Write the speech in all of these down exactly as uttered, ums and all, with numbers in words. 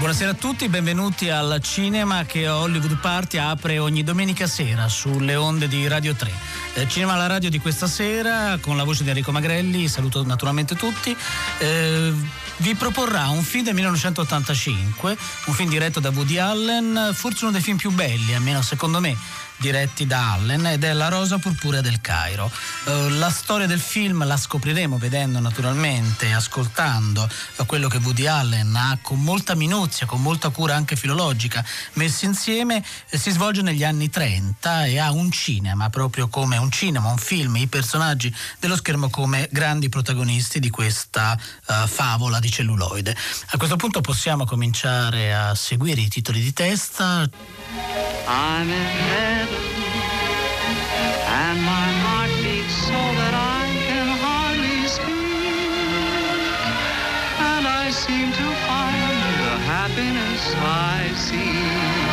Buonasera a tutti, benvenuti al cinema che Hollywood Party apre ogni domenica sera sulle onde di Radio tre. Eh, cinema alla radio di questa sera con la voce di Enrico Magrelli, saluto naturalmente tutti. Eh, vi proporrà un film del millenovecentottantacinque, un film diretto da Woody Allen, forse uno dei film più belli, almeno secondo me, diretti da Allen, ed è La rosa purpurea del Cairo. Uh, la storia del film la scopriremo vedendo naturalmente, ascoltando quello che Woody Allen ha con molta minuzia, con molta cura anche filologica messo insieme. Eh, si svolge negli anni trenta e ha un cinema, proprio come un cinema, un film, i personaggi dello schermo come grandi protagonisti di questa uh, favola di celluloide. A questo punto possiamo cominciare a seguire i titoli di testa. I'm in heaven, and my heart beats so that I can hardly speak, and I seem to find the happiness I see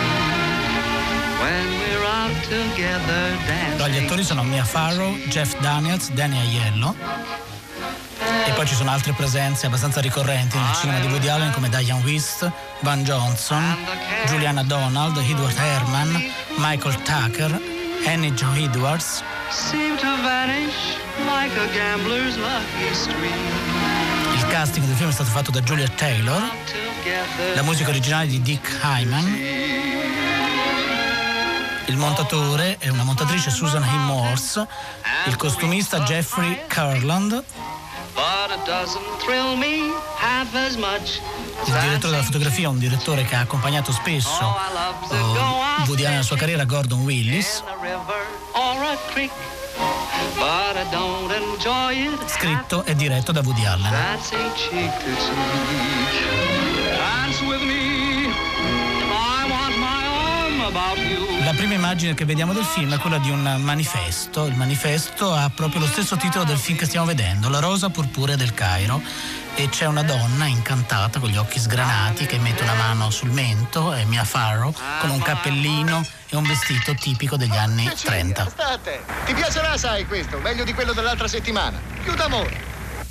when we're out together dancing. Gli attori sono Mia Farrow, Jeff Daniels, Danny Aiello, e poi ci sono altre presenze abbastanza ricorrenti nel cinema di Woody Allen come Diane West, Van Johnson, Juliana Donald, Edward Herrmann, Michael Tucker, Annie Jo Edwards. Il casting del film è stato fatto da Julia Taylor, la musica originale di Dick Hyman, il montatore è una montatrice, Susan Hay Morse, il costumista Jeffrey Kurland, il direttore della fotografia è un direttore che ha accompagnato spesso uh, Woody Allen nella sua carriera, Gordon Willis. Scritto e diretto da Woody Allen. La prima immagine che vediamo del film è quella di un manifesto. Il manifesto ha proprio lo stesso titolo del film che stiamo vedendo, La rosa purpurea del Cairo, e c'è una donna incantata con gli occhi sgranati che mette una mano sul mento, è Mia Farrow, con un cappellino e un vestito tipico degli anni trenta. State, ti piacerà, sai, questo, meglio di quello dell'altra settimana. Più d'amore.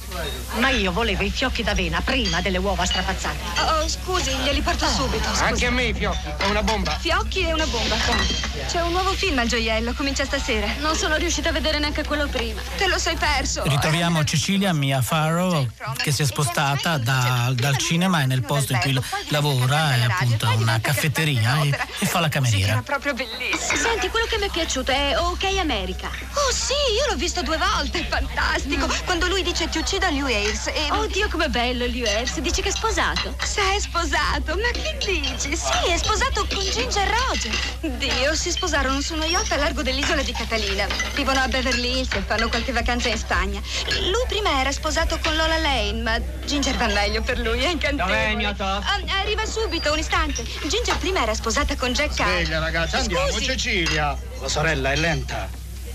Ma io volevo i fiocchi d'avena prima delle uova strapazzate. Oh, scusi, glieli porto subito. Scusi. Anche a me i fiocchi, è una bomba. Fiocchi e una bomba. C'è un nuovo film al gioiello, comincia stasera. Non sono riuscita a vedere neanche quello prima. Te lo sei perso. Ritroviamo Cecilia, Mia Farrow, che si è spostata da, dal cinema e nel posto in cui lavora, è appunto una caffetteria e, e fa la cameriera. Era proprio bellissimo. Senti, quello che mi è piaciuto è OK America. Oh sì, io l'ho visto due volte, è fantastico. Quando lui dice ti uccido Lew Ayres e... Oddio, com'è bello Lew Ayres, dici che è sposato. Se è sposato, ma che dici? Sì, è sposato con Ginger Rogers. Dio, si sposarono su uno yacht a largo dell'isola di Catalina. Vivono a Beverly Hills e fanno qualche vacanza in Spagna. Lui prima era sposato con Lola Lane, ma Ginger va meglio per lui, è incantevole. Dov'è il mio top? Ah, arriva subito, un istante. Ginger prima era sposata con Jack Carr. Sveglia, ragazza, andiamo, Scusi. Cecilia. La sorella è lenta.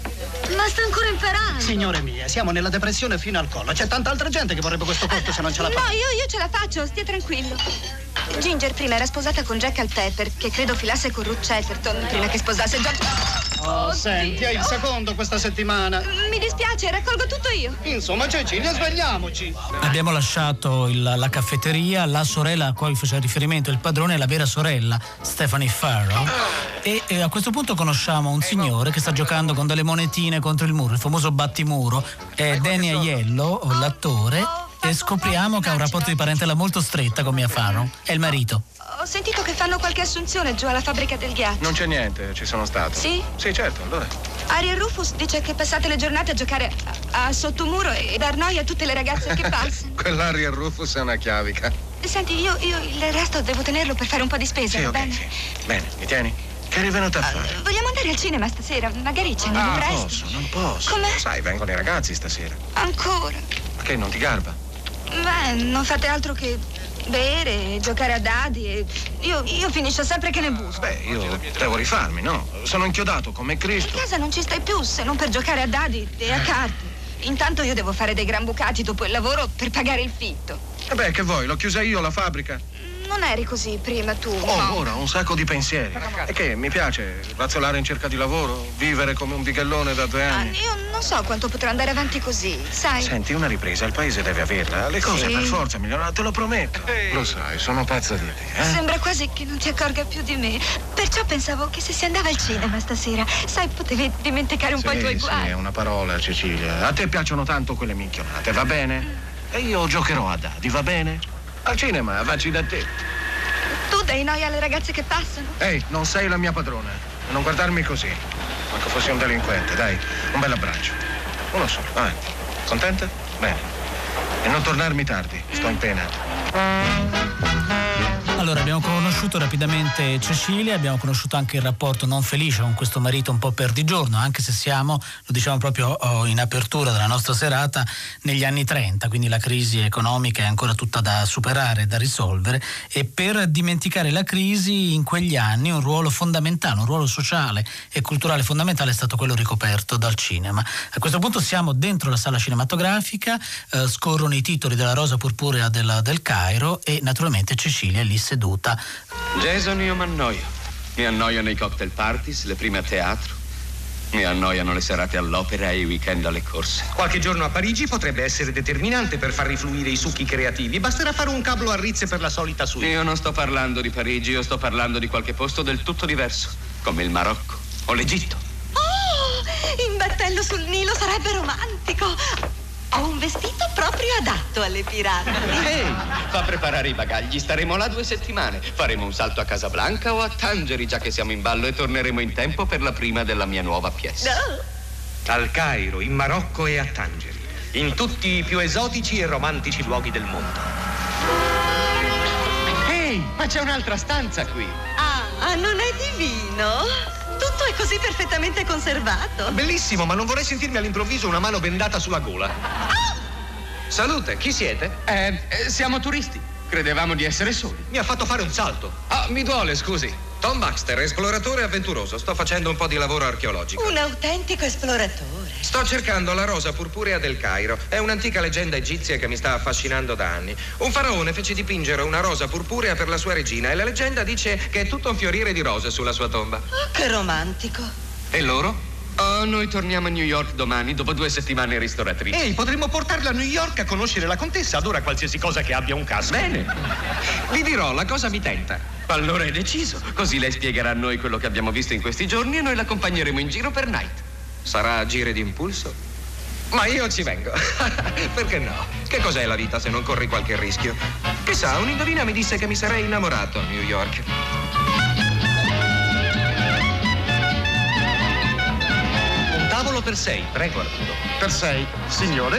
Ma sta ancora imparando. Signore mie, siamo nella depressione fino al collo. C'è tanta altra gente che vorrebbe questo posto se non ce la fa. No, io, io ce la faccio, stia tranquillo. Ginger prima era sposata con Jack Alpepper, che credo filasse con Ruth Chatterton prima che sposasse George... Oh, Oddio. senti, è il secondo questa settimana. Mi dispiace, raccolgo tutto io. Insomma, Cecilia, svegliamoci. Abbiamo lasciato il, la caffetteria, la sorella a cui faceva riferimento il padrone è la vera sorella, Stephanie Farrow, e, e a questo punto conosciamo un signore che sta giocando con delle monetine contro il muro, il famoso battimuro. È Danny Aiello, l'attore, e scopriamo che ha un rapporto di parentela molto stretta con Mia Farrow, è il marito. Ho sentito che fanno qualche assunzione giù alla fabbrica del ghiaccio. Non c'è niente, ci sono stato. Sì? Sì, certo, allora. Ariel Rufus dice che passate le giornate a giocare a, a sottomuro e dar noia a tutte le ragazze che passano. Quell'Ariel Rufus è una chiavica. Senti, io, io il resto devo tenerlo per fare un po' di spesa, Sì, va ok, bene? sì. Bene, mi tieni? Che eri venuta a fare? Uh, vogliamo andare al cinema stasera? Magari ce ne Ah, presto. posso, non posso. Com'è? Sai, vengono i ragazzi stasera. Ancora? Ma che, non ti garba? Beh, non fate altro che bere, giocare a dadi e io, io finisco sempre che ne busco. Beh, io devo rifarmi, no? Sono inchiodato come In Cristo. casa non ci stai più se non per giocare a dadi e a carte. Intanto io devo fare dei gran bucati dopo il lavoro per pagare il fitto. E beh, che vuoi? L'ho chiusa io la fabbrica? non eri così prima tu. Oh, no. ora, un sacco di pensieri. E che mi piace razzolare in cerca di lavoro, vivere come un bighellone da due Ah, anni. io non so quanto potrò andare avanti così, sai? Senti, una ripresa, il paese deve averla. Le cose Sì. per forza migliorano, te lo prometto. Lo sai, sono pazza di te, eh? Sembra quasi che non ti accorga più di me. Perciò pensavo che se si andava al cinema stasera, sai, potevi dimenticare un po' i tuoi Sì, guai. sì, è una parola, Cecilia. A te piacciono tanto quelle minchionate, va bene? E io giocherò a dadi, va bene? Al cinema, vacci da te. Tu dai noia alle ragazze che passano? Ehi, non sei la mia padrona. Non guardarmi così. Manco fossi un delinquente, dai. Un bel abbraccio. Uno solo, avanti. Contenta? Bene. E non tornarmi tardi, sto in pena. Allora, abbiamo conosciuto rapidamente Cecilia, abbiamo conosciuto anche il rapporto non felice con questo marito un po' perdigiorno, anche se siamo, lo diciamo proprio oh, in apertura della nostra serata, negli anni trenta, quindi la crisi economica è ancora tutta da superare, da risolvere, e per dimenticare la crisi in quegli anni un ruolo fondamentale, un ruolo sociale e culturale fondamentale è stato quello ricoperto dal cinema. A questo punto siamo dentro la sala cinematografica, eh, scorrono i titoli della Rosa Purpurea del, del Cairo e naturalmente Cecilia è lì seduta. Jason, io mi annoio. Mi annoio nei cocktail parties, le prime a teatro. Mi annoiano le serate all'opera e i weekend alle corse. Qualche giorno a Parigi potrebbe essere determinante per far rifluire i succhi creativi. Basterà fare un cablo a rizze per la solita suite. Io non sto parlando di Parigi, io sto parlando di qualche posto del tutto diverso, come il Marocco o l'Egitto. Oh, in battello sul Nilo sarebbe romantico. Ho un vestito proprio adatto alle piramidi. Ehi, fa preparare i bagagli, staremo là due settimane. Faremo un salto a Casablanca o a Tangeri, già che siamo in ballo, e torneremo in tempo per la prima della mia nuova pièce. No. Al Cairo, in Marocco e a Tangeri. In tutti i più esotici e romantici luoghi del mondo. Ehi, ma c'è un'altra stanza qui. Ah, non è divino? Tutto è così perfettamente conservato. Bellissimo, ma non vorrei sentirmi all'improvviso una mano bendata sulla gola. Ah! Salute, chi siete? Eh, eh, siamo turisti. Credevamo di essere soli. Mi ha fatto fare un salto. Ah, mi duole, scusi. Tom Baxter, esploratore avventuroso. Sto facendo un po' di lavoro archeologico. Un autentico esploratore. Sto cercando la rosa purpurea del Cairo. È un'antica leggenda egizia che mi sta affascinando da anni. Un faraone fece dipingere una rosa purpurea per la sua regina e la leggenda dice che è tutto un fiorire di rose sulla sua tomba. Oh, che romantico. E loro? Oh, noi torniamo a New York domani, dopo due settimane ristoratrici. Ehi, potremmo portarla a New York a conoscere la contessa. Adora qualsiasi cosa che abbia un caso. Bene. Vi dirò, la cosa mi tenta. Allora è deciso. Così lei spiegherà a noi quello che abbiamo visto in questi giorni e noi l'accompagneremo in giro per night. Sarà a giri d'impulso? Ma io ci vengo. Perché no? Che cos'è la vita se non corri qualche rischio? Chissà, un'indovina mi disse che mi sarei innamorato a New York. Un tavolo per sei, prego Arturo. Per sei, signore.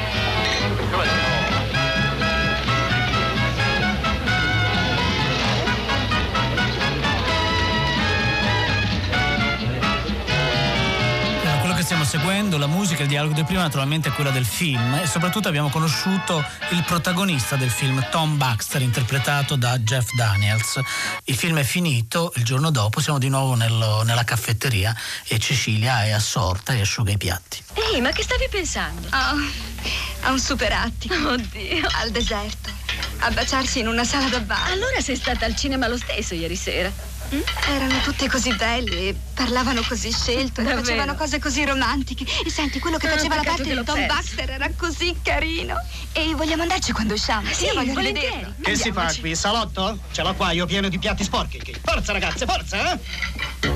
Stiamo seguendo la musica, il dialogo di prima naturalmente è quella del film e soprattutto abbiamo conosciuto il protagonista del film, Tom Baxter, interpretato da Jeff Daniels. Il film è finito, il giorno dopo siamo di nuovo nello, nella caffetteria e Cecilia è assorta e asciuga i piatti. Ehi, ma che stavi pensando? Oh, a un super attico. Oddio. Al deserto. A baciarsi in una sala da bar. Allora sei stata al cinema lo stesso ieri sera. Mm? Erano tutti così belli e parlavano così scelto e Davvero? facevano cose così romantiche. E senti, quello che Ah, faceva la peccato parte che di l'ho Tom perso. Baxter era così carino. E vogliamo andarci quando usciamo? Sì, Io voglio volentieri. rivederlo. Che si fa Andiamoci. qui? Salotto? Ce l'ho qua, io pieno di piatti sporchi. Forza ragazze, forza, eh?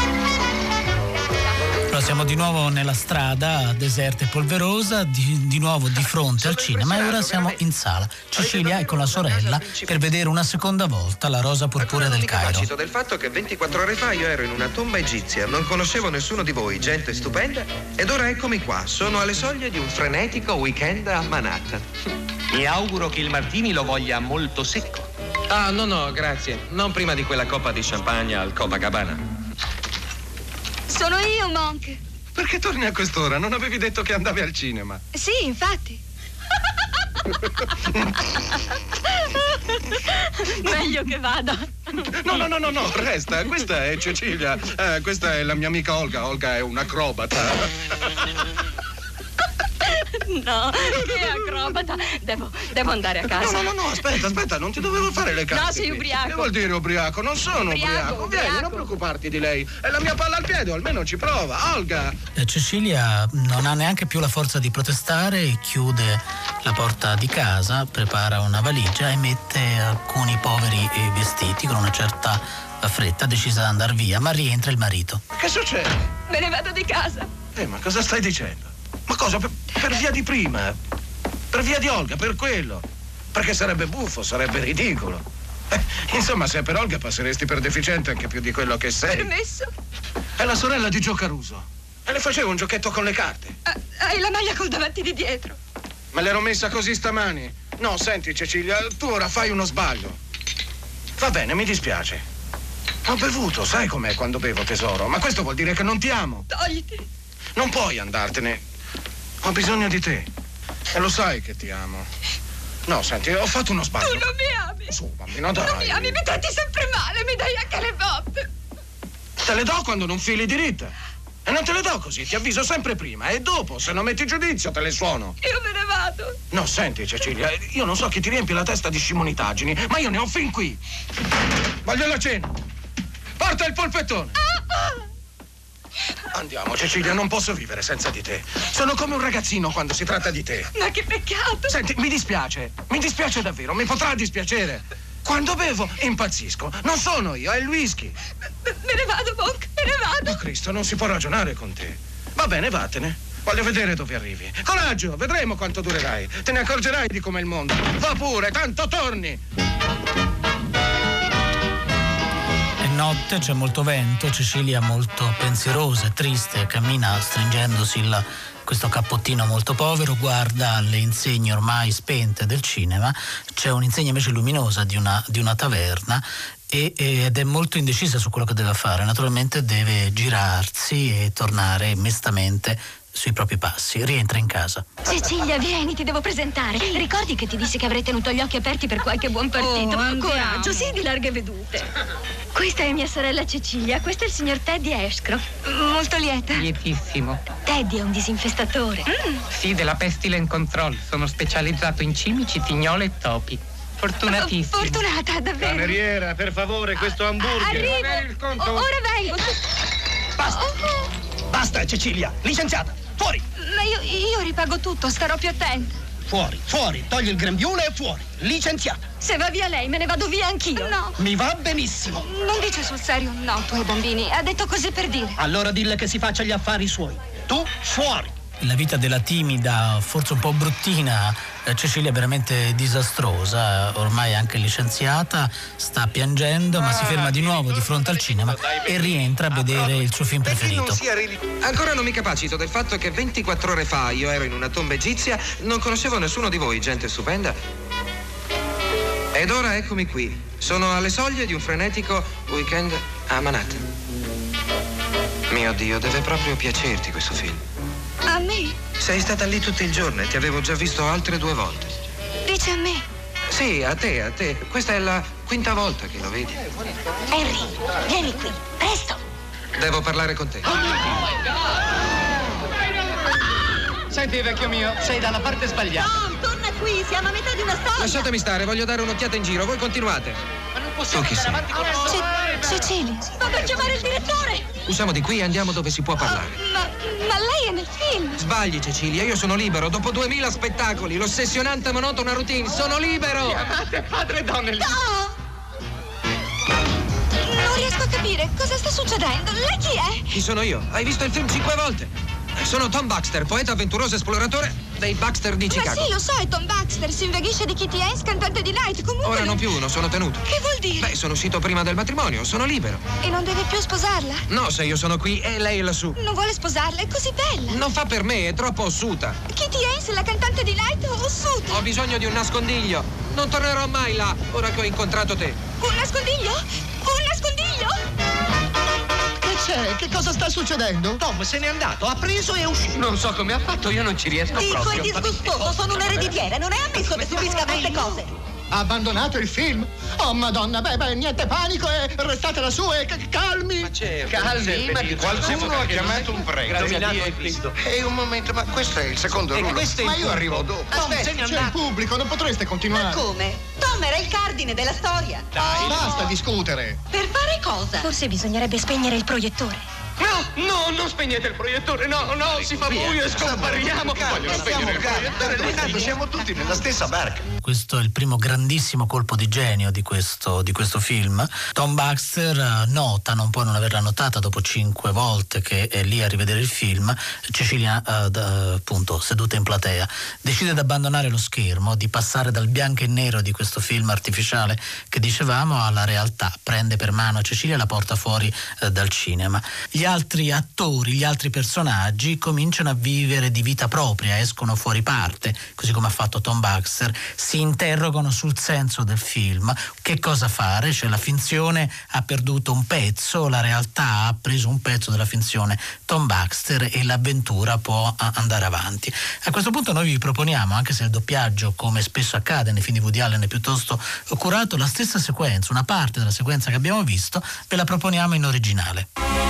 Allora, siamo di nuovo nella strada deserta e polverosa, di, di nuovo di fronte al cinema e ora siamo in sala. Cecilia è con la sorella per vedere una seconda volta la rosa purpurea del Mi Cairo. capacito del fatto che ventiquattro ore fa io ero in una tomba egizia, non conoscevo nessuno di voi, gente stupenda, ed ora eccomi qua, sono alle soglie di un frenetico weekend a Manhattan. Mi auguro che il martini lo voglia molto secco. Ah, no, no, grazie. Non prima di quella coppa di champagne al Copacabana. Sono io, Monk. Perché torni a quest'ora? Non avevi detto che andavi al cinema. Sì, infatti. Meglio che vada. No, no, no, no, no, resta. Questa è Cecilia. Eh, questa è la mia amica Olga. Olga è un'acrobata. No, che acrobata. Devo, devo andare a casa. No, no, no, no, aspetta, aspetta, non ti dovevo fare le carte. No, sei qui. ubriaco. Che vuol dire ubriaco? Non sono Ubriaco, ubriaco. Vieni, ubriaco. non preoccuparti di lei. È la mia palla al piede, o almeno ci prova. Olga! Eh, Cecilia non ha neanche più la forza di protestare, chiude la porta di casa, prepara una valigia e mette alcuni poveri eh, vestiti con una certa fretta, decisa ad andare via, ma rientra il marito. Che succede? Me ne vado di casa. Eh, ma cosa stai dicendo? Ma cosa? Per, per via di prima? Per via di Olga, per quello? Perché sarebbe buffo, sarebbe ridicolo. Eh, insomma, se è per Olga passeresti per deficiente anche più di quello che sei. Permesso? È la sorella di Gio Caruso. E le facevo un giochetto con le carte. Ah, hai la maglia col davanti di dietro. Me l'ero messa così stamani. No, senti Cecilia, tu ora fai uno sbaglio. Va bene, mi dispiace. Ho bevuto, sai com'è quando bevo, tesoro, ma questo vuol dire che non ti amo. Togliti. Non puoi andartene. Ho bisogno di te. E lo sai che ti amo. No, senti, ho fatto uno sbaglio. Tu non mi ami. Su, bambino, dai. Non mi ami, mi tratti sempre male, mi dai anche le botte. Te le do quando non fili diritta. E non te le do così, ti avviso sempre prima. E dopo, se non metti giudizio, te le suono. Io me ne vado. No, senti, Cecilia, io non so chi ti riempie la testa di scimunitaggini, ma io ne ho fin qui. Voglio la cena. Porta il polpettone. Ah, ah. Andiamo, Cecilia, non posso vivere senza di te. Sono come un ragazzino quando si tratta di te. Ma che peccato. Senti, mi dispiace. Mi dispiace davvero, mi potrà dispiacere. Quando bevo, impazzisco. Non sono io, è il whisky. Me ne vado, Monk, me ne vado. Oh, Cristo, non si può ragionare con te. Va bene, vattene. Voglio vedere dove arrivi. Coraggio, vedremo quanto durerai. Te ne accorgerai di com'è il mondo. Va pure, tanto torni. È notte, c'è molto vento, Cecilia molto pensierosa e triste, cammina stringendosi il, questo cappottino molto povero, guarda le insegne ormai spente del cinema, c'è un'insegna invece luminosa di una, di una taverna e, ed è molto indecisa su quello che deve fare, naturalmente deve girarsi e tornare mestamente sui propri passi, rientra in casa. Cecilia, vieni, ti devo presentare. Ricordi che ti dissi che avrei tenuto gli occhi aperti per qualche buon partito? Oh, coraggio, sì, di larghe vedute. Questa è mia sorella Cecilia, questo è il signor Teddy Ashcroft. Molto lieta. Lietissimo. Teddy è un disinfestatore. Mm. Sì, della Pestilence Control. Sono specializzato in cimici, tignole e topi. Fortunatissimo. Oh, fortunata, davvero. Cameriera, per favore, questo hamburger. Arrivo. Il conto. O- ora vengo. Basta. Oh. Basta, Cecilia. Licenziata. Fuori. Ma io, io ripago tutto, starò più attenta. Fuori, fuori. Togli il grembiule e fuori. Licenziata. Se va via lei, me ne vado via anch'io. No. Mi va benissimo. Non dice sul serio no, tu ai bambini. Ha detto così per dire. Allora dille che si faccia gli affari suoi. Tu, fuori. La vita della timida, forse un po' bruttina Cecilia è veramente disastrosa, ormai anche licenziata, sta piangendo ma si ferma di nuovo di fronte al cinema e rientra a vedere il suo film preferito. Ancora non mi capacito del fatto che ventiquattro ore fa io ero in una tomba egizia, non conoscevo nessuno di voi, gente stupenda. Ed ora eccomi qui, sono alle soglie di un frenetico weekend a Manhattan. Mio Dio, deve proprio piacerti questo film. A me? Sei stata lì tutto il giorno e ti avevo già visto altre due volte. Dice a me? Sì, a te, a te. Questa è la quinta volta che lo vedi. Henry, vieni qui, presto. Devo parlare con te. Senti, vecchio mio, sei dalla parte sbagliata. Tom, torna qui, siamo a metà di una storia. Lasciatemi stare, voglio dare un'occhiata in giro. Voi continuate. Ma non possiamo andare avanti con questo. Ce- Cecilia. Sto per chiamare il direttore. Usciamo di qui e andiamo dove si può parlare. Ma, ma lei è nel film. Sbagli, Cecilia, io sono libero. Dopo duemila spettacoli, l'ossessionante e monotona routine, sono libero! Chiamate padre Donnelly. No! Non riesco a capire cosa sta succedendo. Lei chi è? Chi sono io? Hai visto il film cinque volte? Sono Tom Baxter, poeta avventuroso esploratore dei Baxter di Chicago. Ma sì, lo so, è Tom Baxter. Si invaghisce di Kitty Hayes, cantante di Night. Comunque. Ora non più uno, sono tenuto. Che vuol dire? Beh, sono uscito prima del matrimonio, sono libero. E non deve più sposarla? No, se io sono qui e lei è lassù. Non vuole sposarla, è così bella. Non fa per me, è troppo ossuta. Kitty Hayes, la cantante di Night, ossuta. Ho bisogno di un nascondiglio. Non tornerò mai là, ora che ho incontrato te. Un nascondiglio? Un nascondiglio? C'è? Che cosa sta succedendo? Tom se n'è andato, ha preso e è uscito. Non so come ha fatto, io non ci riesco Dico, proprio. è disgustoso, sono un'ereditiera, non è ammesso che subisca queste cose. Ha abbandonato il film? Oh, madonna, beh, beh, niente panico e restate lassù e c- calmi. Ma certo. Calmi, ma Qualcuno ha chiamato un prego. Grazie a Dio è Cristo. E un momento, ma questo è il secondo E rullo. questo è il Ma io punto. arrivo dopo. Aspetta, c'è il pubblico, non potreste continuare. Ma come? Tom era il cardine della storia. Dai, basta discutere. Per fare cosa? Forse bisognerebbe spegnere il proiettore. No, no, non spegnete il proiettore, no, no, si fa buio e scompariamo. Voglio spegnere il proiettore. Tanto siamo tutti nella stessa barca. Questo è il primo grandissimo colpo di genio di questo, di questo film. Tom Baxter uh, nota, non può non averla notata dopo cinque volte che è lì a rivedere il film, Cecilia uh, da, appunto seduta in platea, decide di abbandonare lo schermo, di passare dal bianco e nero di questo film artificiale che dicevamo alla realtà, prende per mano Cecilia e la porta fuori uh, dal cinema. Gli altri attori, gli altri personaggi cominciano a vivere di vita propria, escono fuori parte, così come ha fatto Tom Baxter, si interrogano sul senso del film, che cosa fare, cioè la finzione ha perduto un pezzo, la realtà ha preso un pezzo della finzione, Tom Baxter, e l'avventura può andare avanti. A questo punto noi vi proponiamo, anche se il doppiaggio, come spesso accade nei film di Woody Allen, è piuttosto curato, la stessa sequenza, una parte della sequenza che abbiamo visto, ve la proponiamo in originale.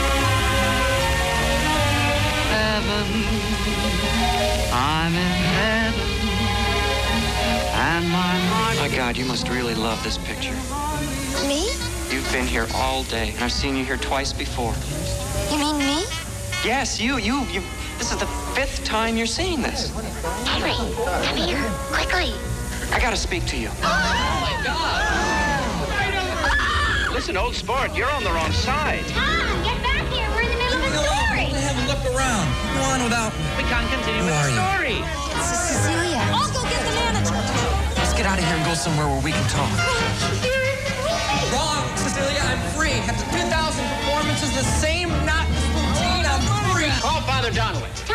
I'm in heaven, and my heart... My God, you must really love this picture. Me? You've been here all day, and I've seen you here twice before. You mean me? Yes, you, you, you. This is the fifth time you're seeing this. Henry, come here, quickly. I gotta speak to you. Oh my God! Listen, old sport, you're on the wrong side. Tom, get back here. We're in the middle of a story. I haven't looked around. Go on without me. We can't continue with Who are the you? story. This is Cecilia. I'll go get the manager. Let's get out of here and go somewhere where we can talk. Wrong, Cecilia. I'm free. After two thousand performances, the same not routine. I'm free. Call Father Donowitz. Tom!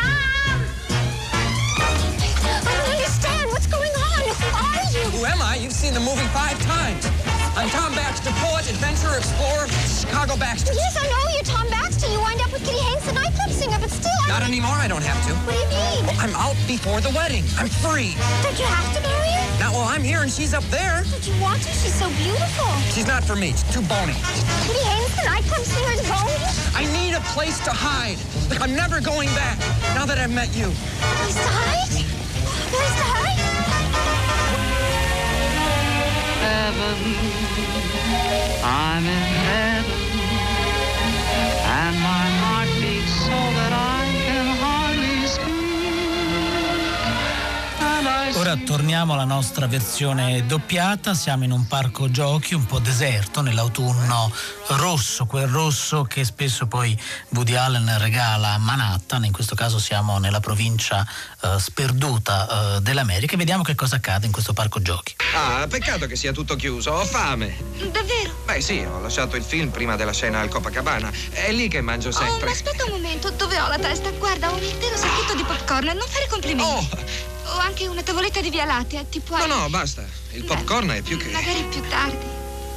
I don't understand. What's going on? Who are you? Who am I? You've seen the movie five times. I'm Tom Baxter, poet, adventurer, explorer, Chicago Baxter. Yes, I know you're Tom Baxter. You wind up with Kitty Hanks, the nightclub singer, but still... I Not anymore. I don't have to. What do you mean? Well, I'm out before the wedding. I'm free. Don't you have to marry her? Not while I'm here and she's up there. Don't you want to? She's so beautiful. She's not for me. She's too bony. Kitty Hanks, the nightclub singer, is bony? I need a place to hide. I'm never going back now that I've met you. Place to hide? Place to hide? Heaven, I'm in heaven, and my heart beats so that I can hardly speak. And I Ora torniamo alla nostra versione doppiata, siamo in un parco giochi un po' deserto, nell'autunno rosso, quel rosso che spesso poi Woody Allen regala a Manhattan, in questo caso siamo nella provincia uh, sperduta uh, dell'America, e vediamo che cosa accade in questo parco giochi. Ah, peccato che sia tutto chiuso, ho fame. Davvero? Beh sì, ho lasciato il film prima della cena al Copacabana. È lì che mangio Oh, sempre. ma aspetta un momento, dove ho la testa? Guarda, ho un intero sacchetto di popcorn, non fare complimenti. Oh! Ho anche una tavoletta di Via Lattea, ti puoi... No, no, basta. Il popcorn è più che... Magari più tardi.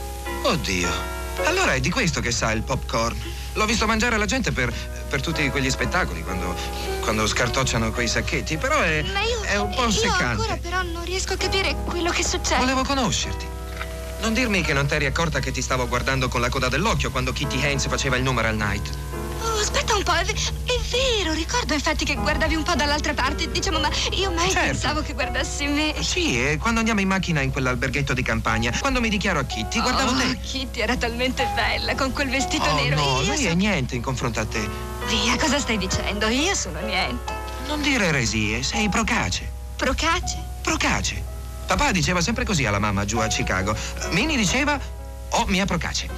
Oddio. Allora è di questo che sa il popcorn. L'ho visto mangiare la gente per, per tutti quegli spettacoli, quando, quando scartocciano quei sacchetti, però è, Ma io... è un po' Io seccante. ancora però non riesco a capire quello che succede. Volevo conoscerti. Non dirmi che non t'eri accorta che ti stavo guardando con la coda dell'occhio quando Kitty Haynes faceva il numeral night. Oh, aspetta un po', è, ve- è vero, ricordo infatti che guardavi un po' dall'altra parte, diciamo, ma io mai Certo. pensavo che guardassi me. Sì, e quando andiamo in macchina in quell'alberghetto di campagna, quando mi dichiaro a Kitty, guardavo oh, te. Kitty era talmente bella con quel vestito Oh nero. no, io lei so- è niente in confronto a te. Via, cosa stai dicendo? Io sono niente. Non dire eresie, sei procace. Procace? Procace. Papà diceva sempre così alla mamma giù a Chicago. Minnie diceva, oh, mia procace.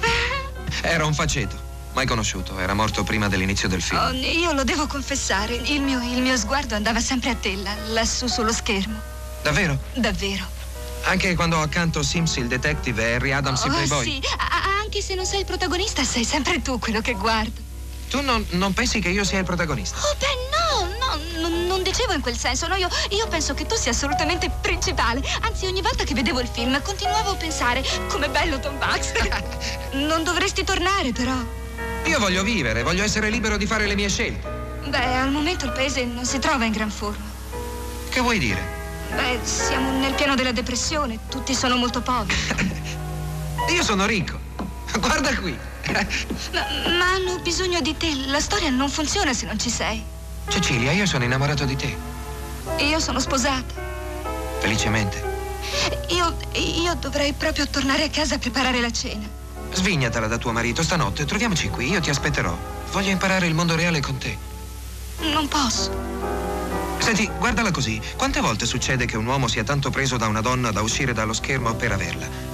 Era un faceto. Mai conosciuto, era morto prima dell'inizio del film. Oh, io lo devo confessare, il mio, il mio sguardo andava sempre a te, là- lassù sullo schermo. Davvero? Davvero. Anche quando ho accanto Sims il detective e Harry Adams il Oh, playboy? sì, a- anche se non sei il protagonista, sei sempre tu quello che guardo. Tu non, non pensi che io sia il protagonista? Oh, beh, no, no, non, non dicevo in quel senso, no, io, io penso che tu sia assolutamente principale. Anzi, ogni volta che vedevo il film continuavo a pensare, com'è bello Tom Baxter. Non dovresti tornare, però. Io voglio vivere, voglio essere libero di fare le mie scelte. Beh, al momento il paese non si trova in gran forma. Che vuoi dire? Beh, siamo nel piano della depressione, tutti sono molto poveri. Io sono ricco. Guarda qui. Ma, ma hanno bisogno di te. La storia non funziona se non ci sei. Cecilia, io sono innamorato di te. Io sono sposata. Felicemente. Io, io dovrei proprio tornare a casa a preparare la cena. Svignatela da tuo marito. Stanotte troviamoci qui, io ti aspetterò. Voglio imparare il mondo reale con te. Non posso. Senti, guardala così. Quante volte succede che un uomo sia tanto preso da una donna da uscire dallo schermo per averla?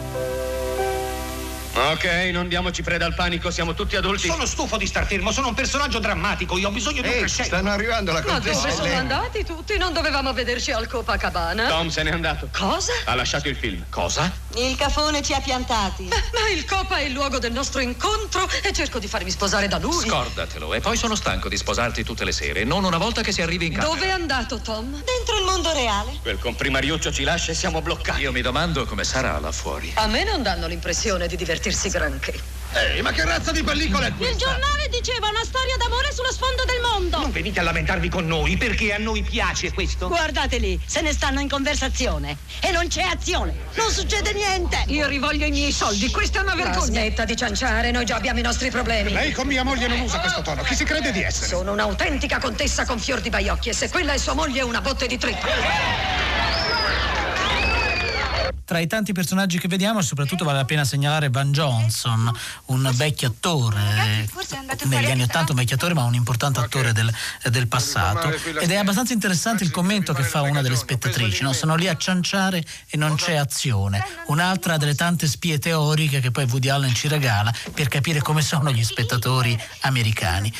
Ok, non diamoci preda al panico, siamo tutti adulti. Sono stufo di star fermo, sono un personaggio drammatico, io ho bisogno di un crescente. Stanno arrivando la Ma contessa. dove sono andati tutti? Non dovevamo vederci al Copacabana? Tom se n'è andato. Cosa? Ha lasciato il film. Cosa? Il cafone ci ha piantati. Beh, ma il Copa è il luogo del nostro incontro e cerco di farmi sposare da lui. Scordatelo. E poi sono stanco di sposarti tutte le sere, non una volta che si arrivi in casa. Dove è andato Tom? Dentro il mondo reale. Quel comprimariuccio ci lascia e siamo bloccati. Io mi domando come sarà là fuori. A me non danno l'impressione di divertirsi granché. Ehi, ma che razza di pellicola è questa? Il giornale diceva una storia d'amore sullo sfondo del mondo. Non venite a lamentarvi con noi, perché a noi piace questo. Guardate lì, se ne stanno in conversazione e non c'è azione, non succede niente. Io rivoglio i miei soldi, questa è una vergogna. Smetta di cianciare, noi già abbiamo i nostri problemi. Lei con mia moglie non usa questo tono, chi si crede di essere? Sono un'autentica contessa con fior di baiocchi e se quella è sua moglie è una botte di trippa. Tra i tanti personaggi che vediamo, soprattutto vale la pena segnalare Van Johnson, un vecchio attore, negli anni Ottanta un vecchio attore ma un importante attore del, del passato. Ed è abbastanza interessante il commento che fa una delle spettatrici, no? Sono lì a cianciare e non c'è azione. Un'altra delle tante spie teoriche che poi Woody Allen ci regala per capire come sono gli spettatori americani.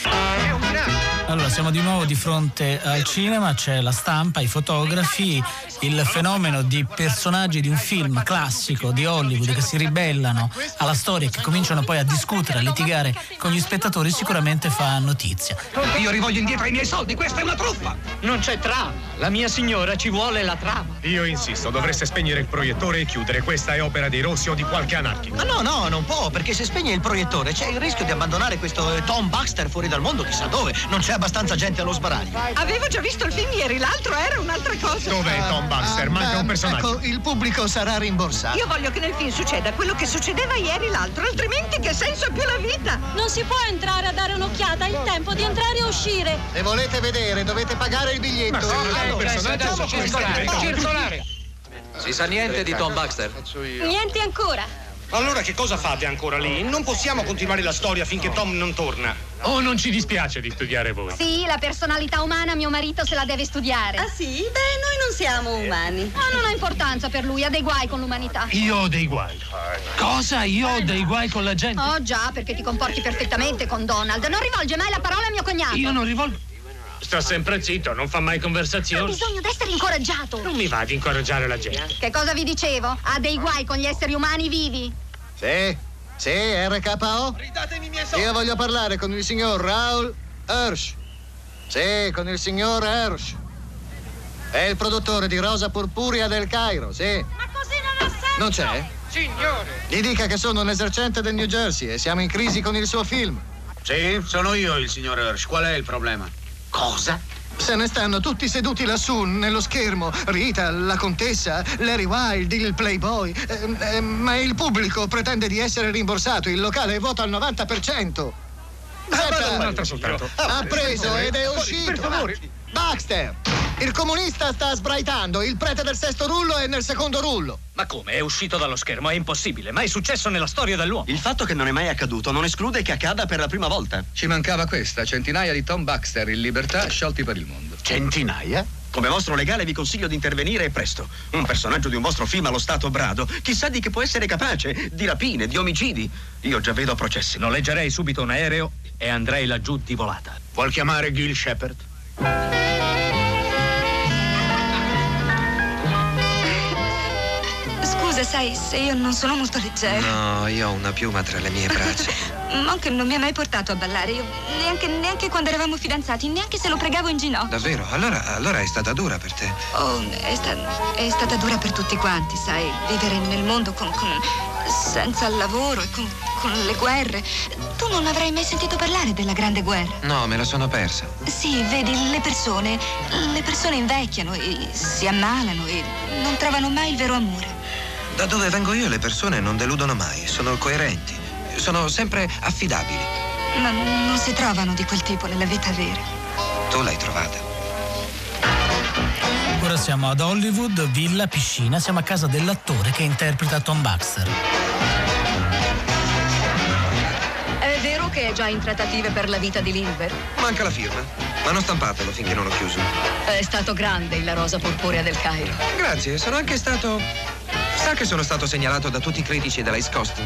Allora, siamo di nuovo di fronte al cinema, c'è la stampa, i fotografi, il fenomeno di personaggi di un film classico di Hollywood che si ribellano alla storia e che cominciano poi a discutere, a litigare con gli spettatori sicuramente fa notizia. Io rivoglio indietro i miei soldi, questa è una truffa! Non c'è trama, la mia signora ci vuole la trama. Io insisto, dovreste spegnere il proiettore e chiudere, questa è opera dei Rossi o di qualche anarchico. Ma no, no, non può, perché se spegne il proiettore c'è il rischio di abbandonare questo eh, Tom Baxter fuori dal mondo chissà dove, non c'è abbastanza gente allo sbaraglio. Avevo già visto il film ieri, l'altro era un'altra cosa. Dov'è Tom Baxter? Manca Ah, un personaggio. Ecco, il pubblico sarà rimborsato. Io voglio che nel film succeda quello che succedeva ieri l'altro, altrimenti che senso ha più la vita? Non si può entrare a dare un'occhiata, è il tempo di entrare e uscire. Se volete vedere, dovete pagare il biglietto. Ma se non è un personaggio, circolare, circolare. Si sa niente di Tom Baxter? Niente ancora. Allora che cosa fate ancora lì? Non possiamo continuare la storia finché Tom non torna. Oh, non ci dispiace di studiare voi. Sì, la personalità umana mio marito se la deve studiare. Ah sì? Beh, noi non siamo umani. Ma non ha importanza per lui, ha dei guai con l'umanità. Io ho dei guai. Cosa? Io ho dei guai con la gente? Oh già, perché ti comporti perfettamente con Donald. Non rivolge mai la parola a mio cognato. Io non rivolgo. Sta sempre zitto, non fa mai Ha conversazioni. bisogno d'essere incoraggiato. Non mi va di incoraggiare la gente. Che cosa vi dicevo? Ha dei guai con gli esseri umani vivi. Sì, sì, R K O. Ridatemi i miei soldi. Io voglio parlare con il signor Raoul Hirsch. Sì, con il signor Hirsch. È il produttore di Rosa Purpurea del Cairo, sì. Ma così non ha senso. Non c'è? Signore. Gli dica che sono un esercente del New Jersey e siamo in crisi con il suo film. Sì, sono io il signor Hirsch. Qual è il problema? Cosa? Se ne stanno tutti seduti lassù, nello schermo. Rita, la contessa, Larry Wilde, il playboy. Eh, eh, ma il pubblico pretende di essere rimborsato. Il locale vota al novanta per cento. Aspetta, un'altra soltanto. Ha preso ed è uscito. Per favore. Baxter, il comunista sta sbraitando. Il prete del sesto rullo è nel secondo rullo. Ma come? È uscito dallo schermo, è impossibile. Mai successo nella storia dell'uomo. Il fatto che non è mai accaduto non esclude che accada per la prima volta. Ci mancava questa, centinaia di Tom Baxter in libertà sciolti per il mondo. Centinaia? Come vostro legale vi consiglio di intervenire e presto. Un personaggio di un vostro film allo stato brado, chissà di che può essere capace, di rapine, di omicidi. Io già vedo processi. Noleggerei subito un aereo e andrei laggiù di volata. Vuol chiamare Gil Shepard? Scusa, sai, se io non sono molto leggera. No, io ho una piuma tra le mie braccia. Monk non mi ha mai portato a ballare. Io neanche, neanche quando eravamo fidanzati, neanche se lo pregavo in ginocchio. Davvero? Allora, allora è stata dura per te. Oh, è, sta- è stata dura per tutti quanti, sai. Vivere nel mondo con, con- senza lavoro e con, con le guerre. Tu non avrai mai sentito parlare della Grande Guerra? No, me la sono persa. Sì, vedi, le persone, le persone invecchiano e si ammalano e non trovano mai il vero amore. Da dove vengo io le persone non deludono mai, sono coerenti, sono sempre affidabili. Ma non si trovano di quel tipo nella vita vera. Tu l'hai trovata. Ora siamo ad Hollywood, villa, piscina, siamo a casa dell'attore che interpreta Tom Baxter. È vero che è già in trattative per la vita di Lindbergh? Manca la firma, ma non stampatelo finché non ho chiuso. È stato grande il La rosa purpurea del Cairo. Grazie, sono anche stato... Sa che sono stato segnalato da tutti i critici della East Coast?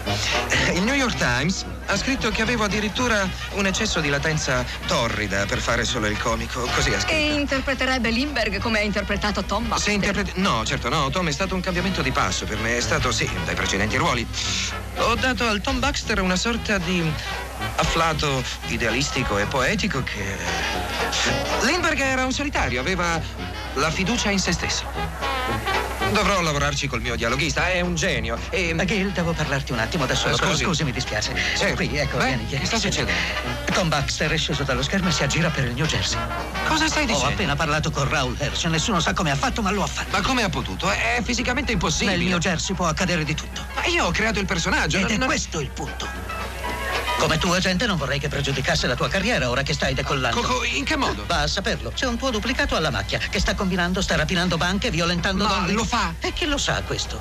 Il New York Times ha scritto che avevo addirittura un eccesso di latenza torrida per fare solo il comico, così ha scritto. E interpreterebbe Lindbergh come ha interpretato Tom Baxter? Se interpreti... No, certo no, Tom è stato un cambiamento di passo per me, è stato, sì, dai precedenti ruoli. Ho dato al Tom Baxter una sorta di afflato idealistico e poetico che... Lindbergh era un solitario, aveva la fiducia in se stesso. Dovrò lavorarci col mio dialoghista, è un genio. E... Gil, devo parlarti un attimo da solo, Eh, però scusi. scusi, mi dispiace. Certo. Qui, ecco, Beh, vieni, vieni. che sta succedendo? Tom Baxter è sceso dallo schermo e si aggira per il New Jersey. Cosa stai dicendo? Ho appena parlato con Raoul Hirsch, nessuno sa come ha fatto, ma lo ha fatto. Ma come ha potuto? È fisicamente impossibile. Nel New Jersey può accadere di tutto. Ma io ho creato il personaggio. Ed è non- questo il punto. Come tua gente non vorrei che pregiudicasse la tua carriera ora che stai decollando. Coco, in che modo? Va a saperlo. C'è un tuo duplicato alla macchia che sta combinando, sta rapinando banche, violentando Ma donne. lo fa? E chi lo sa questo?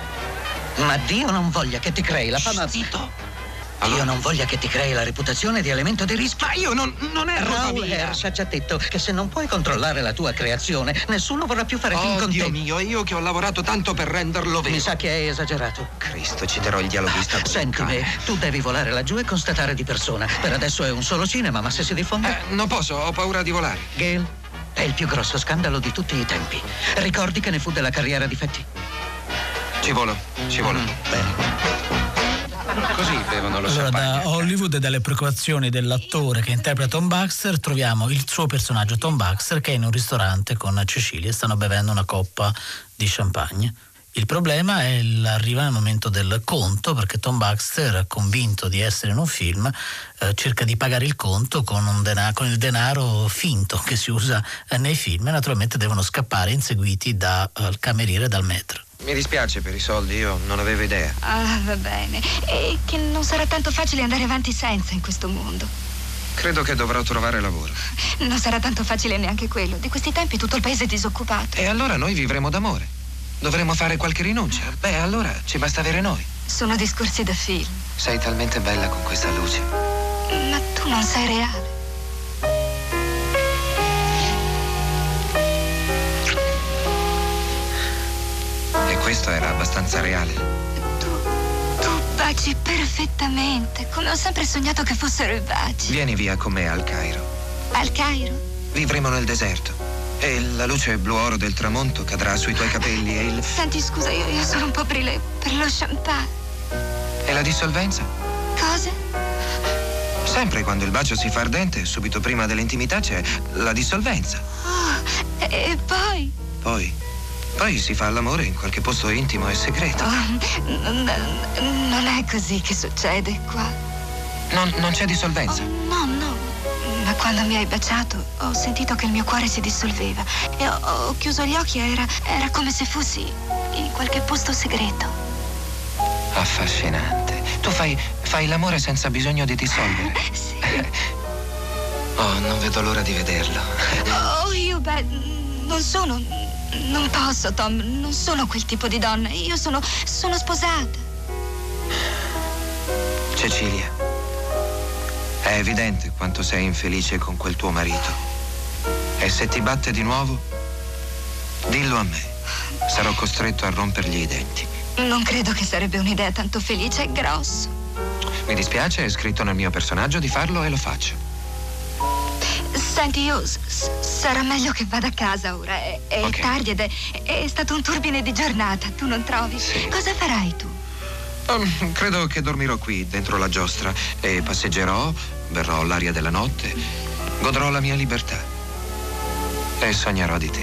Ma Dio non voglia che ti crei la fama. Zitto. Dio non voglia che ti crei la reputazione di elemento di rischio. Ma io non, non è roba Raoul mia. Hirsch ha già detto che se non puoi controllare la tua creazione, nessuno vorrà più fare film Oh con Dio te. mio, io che ho lavorato tanto per renderlo vero. Mi sa che hai esagerato. Cristo, citerò il dialoghista. Sentimi, tu devi volare laggiù e constatare di persona. Per adesso è un solo cinema, ma se si diffonde... Eh, non posso, ho paura di volare. Gale, è il più grosso scandalo di tutti i tempi. Ricordi che ne fu della carriera di Fetti? Ci volo, ci volo. Mm, bene. Così bevono lo Allora, champagne. da Hollywood e dalle preoccupazioni dell'attore che interpreta Tom Baxter troviamo il suo personaggio Tom Baxter che è in un ristorante con Cecilia e stanno bevendo una coppa di champagne. Il problema è l'arrivo nel momento del conto, perché Tom Baxter, convinto di essere in un film, eh, cerca di pagare il conto con, un denaro, con il denaro finto che si usa eh, nei film e naturalmente devono scappare inseguiti dal eh, cameriere e dal maître. Mi dispiace per i soldi, io non avevo idea. Ah, va bene. E che non sarà tanto facile andare avanti senza in questo mondo. Credo che dovrò trovare lavoro. Non sarà tanto facile neanche quello. Di questi tempi tutto il paese è disoccupato. E allora noi vivremo d'amore. Dovremo fare qualche rinuncia. Beh, allora ci basta avere noi. Sono discorsi da film. Sei talmente bella con questa luce. Ma tu non sei reale. E questo era abbastanza reale. Tu baci perfettamente, come ho sempre sognato che fossero i baci. Vieni via con me al Cairo. Al Cairo? Vivremo nel deserto. E la luce blu oro del tramonto cadrà sui tuoi capelli e il... Senti, scusa, io, io sono un po' brilè per lo champagne. E la dissolvenza? Cosa? Sempre quando il bacio si fa ardente, subito prima dell'intimità c'è la dissolvenza. Oh, e, e poi? Poi... Poi si fa l'amore in qualche posto intimo e segreto. Oh, n- n- non è così che succede qua. Non, non c'è dissolvenza? Oh, no, no. Ma quando mi hai baciato ho sentito che il mio cuore si dissolveva e ho, ho chiuso gli occhi e era, era come se fossi in qualche posto segreto. Affascinante. Tu fai, fai l'amore senza bisogno di dissolvere. Sì. Oh, non vedo l'ora di vederlo. Oh, io, beh, non sono... Non posso, Tom, non sono quel tipo di donna. Io sono, sono sposata. Cecilia, è evidente quanto sei infelice con quel tuo marito. E se ti batte di nuovo, dillo a me. Sarò costretto a rompergli i denti. Non credo che sarebbe un'idea tanto felice, è grosso. Mi dispiace, è scritto nel mio personaggio di farlo e lo faccio. Senti, io s- s- sarà meglio che vada a casa ora. È, è Ok. tardi ed è, è stato un turbine di giornata, tu non trovi? Sì. Cosa farai tu? Um, credo che dormirò qui, dentro la giostra, e passeggerò, berrò l'aria della notte, godrò la mia libertà. E sognerò di te.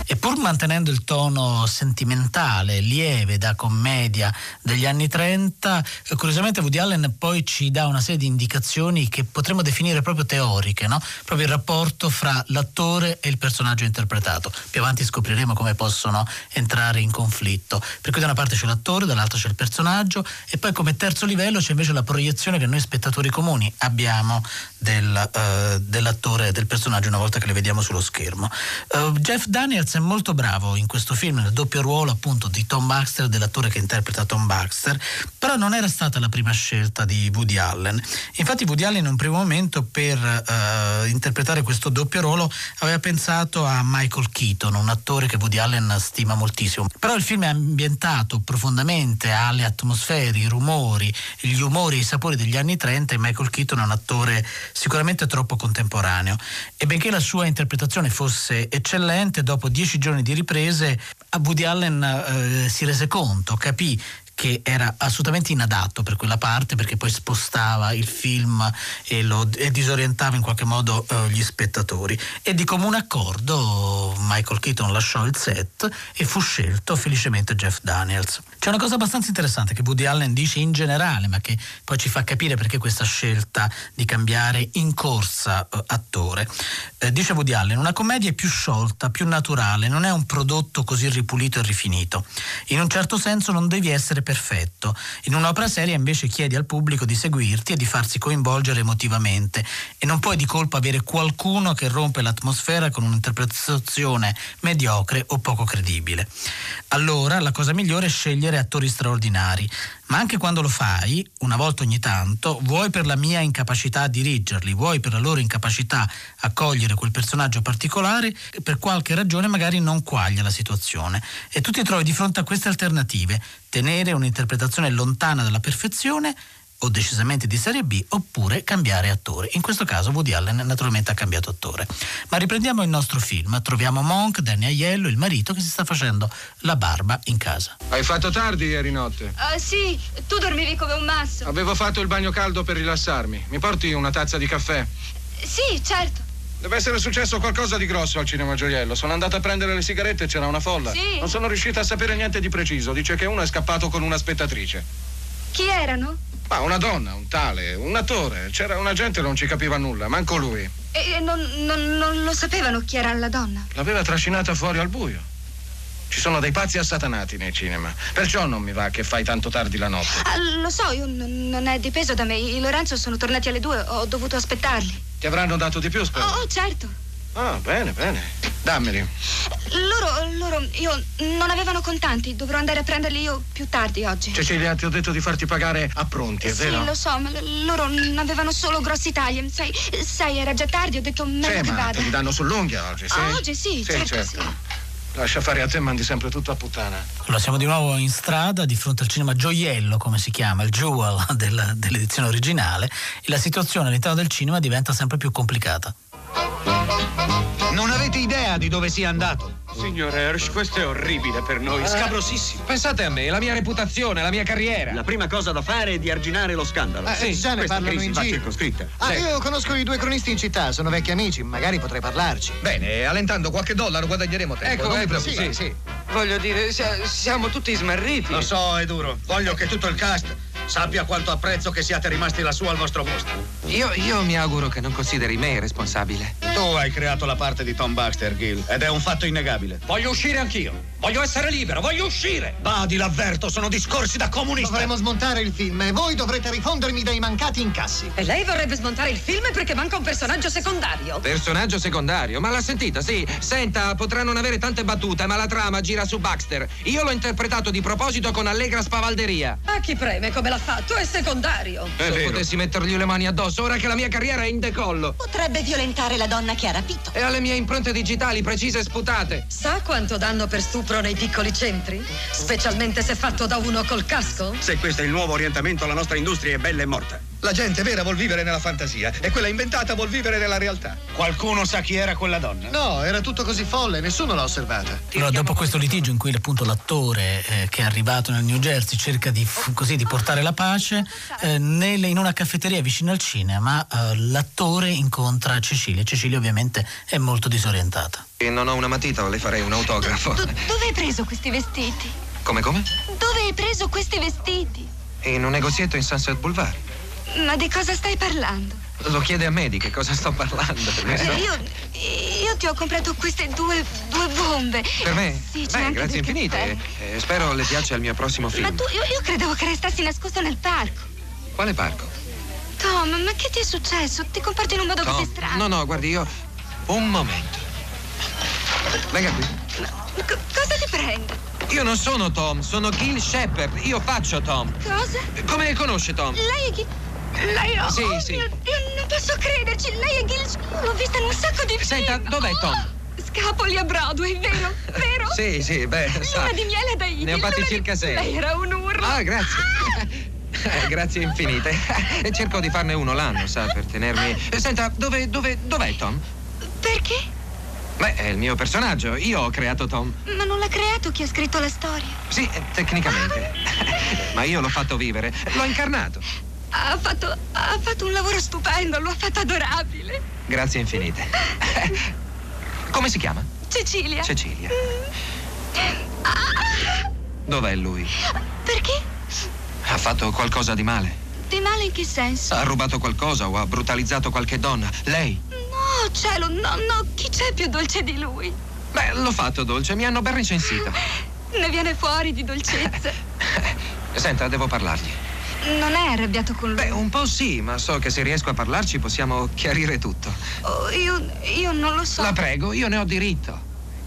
E pur mantenendo il tono sentimentale, lieve, da commedia degli anni trenta, curiosamente Woody Allen poi ci dà una serie di indicazioni che potremmo definire proprio teoriche, no? Proprio il rapporto fra l'attore e il personaggio interpretato. Più avanti scopriremo come possono entrare in conflitto. Per cui da una parte c'è l'attore, dall'altra c'è il personaggio, e poi come terzo livello c'è invece la proiezione che noi spettatori comuni abbiamo del, uh, dell'attore e del personaggio una volta che le vediamo sullo schermo. Uh, Jeff Daniels è molto bravo in questo film, nel doppio ruolo appunto di Tom Baxter, dell'attore che interpreta Tom Baxter, però non era stata la prima scelta di Woody Allen. Infatti Woody Allen in un primo momento per uh, interpretare questo doppio ruolo aveva pensato a Michael Keaton, un attore che Woody Allen stima moltissimo. Però il film è ambientato profondamente alle atmosfere, i rumori, gli umori e i sapori degli anni trenta, e Michael Keaton è un attore sicuramente troppo contemporaneo. E benché la sua interpretazione fosse eccellente, dopo dieci giorni di riprese Woody Allen eh, si rese conto, capì che era assolutamente inadatto per quella parte, perché poi spostava il film e, lo, e disorientava in qualche modo uh, gli spettatori, e di comune accordo Michael Keaton lasciò il set e fu scelto felicemente Jeff Daniels. C'è una cosa abbastanza interessante che Woody Allen dice in generale, ma che poi ci fa capire perché questa scelta di cambiare in corsa uh, attore. Eh, dice Woody Allen: una commedia è più sciolta, più naturale, non è un prodotto così ripulito e rifinito. In un certo senso non devi essere perfetto. In un'opera seria invece chiedi al pubblico di seguirti e di farsi coinvolgere emotivamente, e non puoi di colpo avere qualcuno che rompe l'atmosfera con un'interpretazione mediocre o poco credibile. Allora la cosa migliore è scegliere attori straordinari, ma anche quando lo fai, una volta ogni tanto, vuoi per la mia incapacità a dirigerli, vuoi per la loro incapacità a cogliere quel personaggio particolare, per qualche ragione magari non quaglia la situazione, e tu ti trovi di fronte a queste alternative: tenere un'interpretazione lontana dalla perfezione o decisamente di serie B, oppure cambiare attore. In questo caso Woody Allen naturalmente ha cambiato attore. Ma riprendiamo il nostro film. Troviamo Monk, Danny Aiello, il marito che si sta facendo la barba in casa. Hai fatto tardi ieri notte? Uh, sì, tu dormivi come un masso. Avevo fatto il bagno caldo per rilassarmi. Mi porti una tazza di caffè? Sì, certo. Deve essere successo qualcosa di grosso al cinema Gioiello. Sono andata a prendere le sigarette e c'era una folla. Sì. Non sono riuscita a sapere niente di preciso. Dice che uno è scappato con una spettatrice. Chi erano? Ma una donna, un tale, un attore. C'era un agente e non ci capiva nulla, manco lui. E non, non, non lo sapevano chi era la donna? L'aveva trascinata fuori al buio. Ci sono dei pazzi assatanati nei cinema. Perciò non mi va che fai tanto tardi la notte. Ah, lo so, io n- non è dipeso da me. I Lorenzo sono tornati alle due, ho dovuto aspettarli. Ti avranno dato di più, spero? Oh, certo. Ah, bene, bene. Dammeli. Loro, loro, io non avevano contanti. Dovrò andare a prenderli io più tardi oggi. Cecilia, ti ho detto di farti pagare a pronti, è sì, vero? Sì, lo so, ma l- loro n- avevano solo grossi tagli. Sai, sai, era già tardi, ho detto meglio sì, che ma vada. te li danno sull'unghia oggi, sì? Ah, oggi sì, sì, certo, certo. Sì. Lascia fare a te, mandi sempre tutto a puttana. Allora siamo di nuovo in strada di fronte al cinema Gioiello, come si chiama, il Jewel della, dell'edizione originale, e la situazione all'interno del cinema diventa sempre più complicata. Non avete idea di dove sia andato? Signor Hirsch, questo è orribile per noi, scabrosissimo. Pensate a me, la mia reputazione, la mia carriera. La prima cosa da fare è di arginare lo scandalo. Eh, sì, già ne Questa parlano crisi in va giro. circoscritta. Ah, Sì. io conosco i due cronisti in città, sono vecchi amici, magari potrei parlarci. Bene, allentando qualche dollaro guadagneremo tempo. Ecco, non mi ecco, preoccupare. sì, sì. Voglio dire, sia- siamo tutti smarriti. Lo so, è duro. Voglio che tutto il cast sappia quanto apprezzo che siate rimasti lassù al vostro posto. Io, io mi auguro che non consideri me responsabile. Tu hai creato la parte di Tom Baxter, Gil, ed è un fatto innegabile. Voglio uscire anch'io. Voglio essere libero, voglio uscire. Badi, l'avverto, sono discorsi da comunista. Dovremmo smontare il film e voi dovrete rifondermi dei mancati incassi. E lei vorrebbe smontare il film perché manca un personaggio secondario. Personaggio secondario? Ma l'ha sentita, sì. Senta, potranno non avere tante battute, ma la trama gira su Baxter. Io l'ho interpretato di proposito con allegra spavalderia. A chi preme come l'ha fatto è secondario. Se vero. potessi mettergli le mani addosso, ora che la mia carriera è in decollo. Potrebbe violentare la donna che ha rapito. E ha le mie impronte digitali precise e sputate. Sa quanto danno per stupro nei piccoli centri? Specialmente se fatto da uno col casco? Se questo è il nuovo orientamento, la nostra industria è bella e morta. La gente vera vuol vivere nella fantasia e quella inventata vuol vivere nella realtà. Qualcuno sa chi era quella donna? No, era tutto così folle, nessuno l'ha osservata. Allora, dopo questo litigio in cui appunto l'attore eh, che è arrivato nel New Jersey cerca di, così, di portare la pace, eh, nelle, in una caffetteria vicino al cinema eh, l'attore incontra Cecilia. Cecilia ovviamente è molto disorientata. E non ho una matita, le farei un autografo. Do- dove hai preso questi vestiti? Come, come? Dove hai preso questi vestiti? In un negozietto in Sunset Boulevard. Ma di cosa stai parlando? Lo chiede a me di che cosa sto parlando. Eh, Io, io ti ho comprato queste due, due bombe. Per me? Sì, c'è Beh, anche grazie del infinite. caffè. Eh, spero le piaccia il mio prossimo film. Ma tu, io, io credevo che restassi nascosto nel parco. Quale parco? Tom, ma che ti è successo? Ti comporti in un modo Tom, così strano. No, no, guardi, io... Un momento. Venga qui. Co- cosa ti prende? Io non sono Tom, sono Gil Shepard. Io faccio Tom. Cosa? Come conosce Tom? Lei è chi? Lei è... Sì, oh, sì. Mio, io non posso crederci. Lei è Gil... L'ho vista in un sacco di film. Senta, dov'è Tom? Oh, Scapoli a Broadway, vero? Vero? Sì, sì, beh, sa. Luna di miele da Idi. Ne ho fatti luna circa di... sei. Lei era un urlo. Ah, grazie. Eh, grazie infinite. E cerco di farne uno l'anno, sa, per tenermi... Senta, dove, dove, dov'è Tom? Perché? Beh, è il mio personaggio. Io ho creato Tom. Ma non l'ha creato chi ha scritto la storia. Sì, tecnicamente. Ma io l'ho fatto vivere. L'ho incarnato. Ha fatto, ha fatto un lavoro stupendo, lo ha fatto adorabile. Grazie infinite. Come si chiama? Cecilia. Cecilia. Dov'è lui? Perché? Ha fatto qualcosa di male? Di male in che senso? Ha rubato qualcosa o ha brutalizzato qualche donna? Lei? No, cielo, no, no, chi c'è più dolce di lui? Beh, l'ho fatto dolce, mi hanno ben recensito. Ne viene fuori di dolcezza. Senta, devo parlargli. Non è arrabbiato con lui? Beh, un po' sì, ma so che se riesco a parlarci possiamo chiarire tutto. Oh, io, io non lo so. La prego, io ne ho diritto.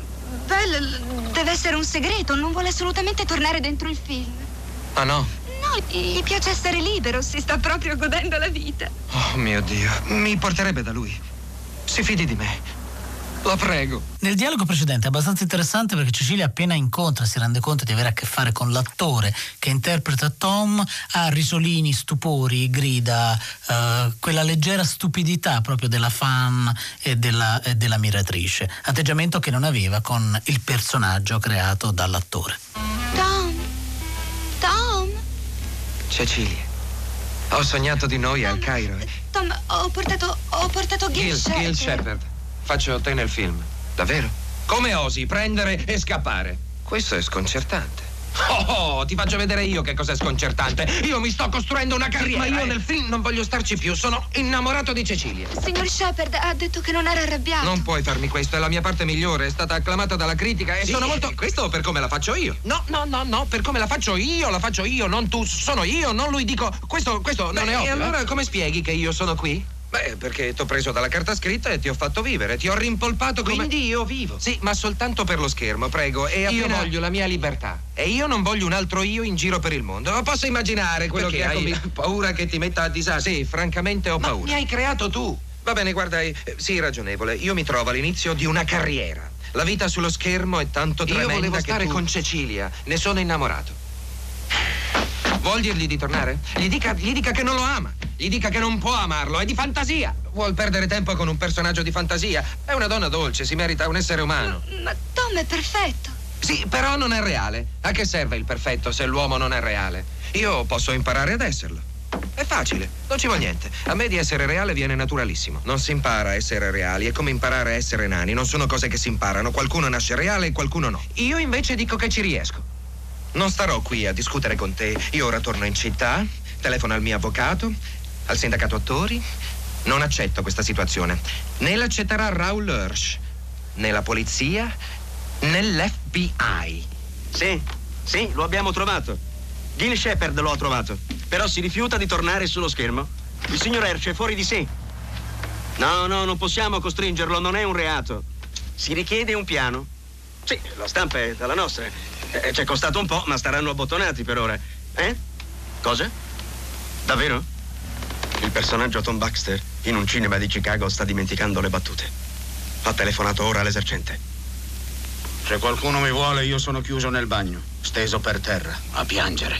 Beh, deve essere un segreto, non vuole assolutamente tornare dentro il film. Ah, no? No, gli piace essere libero, si sta proprio godendo la vita. Oh, mio Dio, mi porterebbe da lui. Si fidi di me. La prego. Nel dialogo precedente è abbastanza interessante perché Cecilia appena incontra si rende conto di avere a che fare con l'attore che interpreta Tom, ha risolini, stupori, grida, eh, quella leggera stupidità proprio della fan e della, e della miratrice, atteggiamento che non aveva con il personaggio creato dall'attore. Tom, Tom. Cecilia, ho sognato di noi al Cairo. Tom, ho portato, ho portato Gil, Gil, Shepard. Gil Shepard. Faccio te nel film. Davvero? Come osi prendere e scappare? Questo è sconcertante. Oh, oh, ti faccio vedere io che cos'è sconcertante. Io mi sto costruendo una carriera. Ma io nel film non voglio starci più. Sono innamorato di Cecilia. Signor Shepard ha detto che non era arrabbiato. Non puoi farmi questo, è la mia parte migliore. È stata acclamata dalla critica e Sì, sono molto... Questo per come la faccio io. No, no, no, no, per come la faccio io, la faccio io, non tu. Sono io, non lui. Dico, questo, questo non è ovvio. E allora eh? come spieghi che io sono qui? Beh, perché ti ho preso dalla carta scritta e ti ho fatto vivere, ti ho rimpolpato come... Quindi io vivo. Sì, ma soltanto per lo schermo, prego. E appena... Io voglio la mia libertà. E io non voglio un altro io in giro per il mondo. Posso immaginare quello Perché che hai hai paura che ti metta a disagio? Sì, francamente ho Ma paura. mi hai creato tu. Va bene, guarda, eh, sii ragionevole. Io mi trovo all'inizio di una carriera. La vita sullo schermo è tanto tremenda. Io volevo che stare tu... con Cecilia. Ne sono innamorato. Vuol dirgli di tornare? Gli dica, gli dica che non lo ama. Gli dica che non può amarlo, è di fantasia. Vuol perdere tempo con un personaggio di fantasia? È una donna dolce, si merita un essere umano. Ma, ma Tom è perfetto. Sì, però non è reale. A che serve il perfetto se l'uomo non è reale? Io posso imparare ad esserlo. È facile, non ci vuole niente. A me di essere reale viene naturalissimo. Non si impara a essere reali, è come imparare a essere nani. Non sono cose che si imparano. Qualcuno nasce reale e qualcuno no. Io invece dico che ci riesco. Non starò qui a discutere con te. Io ora torno in città, telefono al mio avvocato, al sindacato attori. Non accetto questa situazione. Né l'accetterà Raoul Hirsch, né la polizia, né l'F B I. Sì, sì, lo abbiamo trovato. Gil Shepard lo ha trovato. Però si rifiuta di tornare sullo schermo. Il signor Hirsch è fuori di sé. No, no, non possiamo costringerlo, non è un reato. Si richiede un piano. Sì, la stampa è dalla nostra. Eh, ci è costato un po', ma staranno abbottonati per ora. Eh? Cosa? Davvero? Il personaggio Tom Baxter in un cinema di Chicago sta dimenticando le battute. Ha telefonato ora all'esercente. Se qualcuno mi vuole, io sono chiuso nel bagno, steso per terra, a piangere.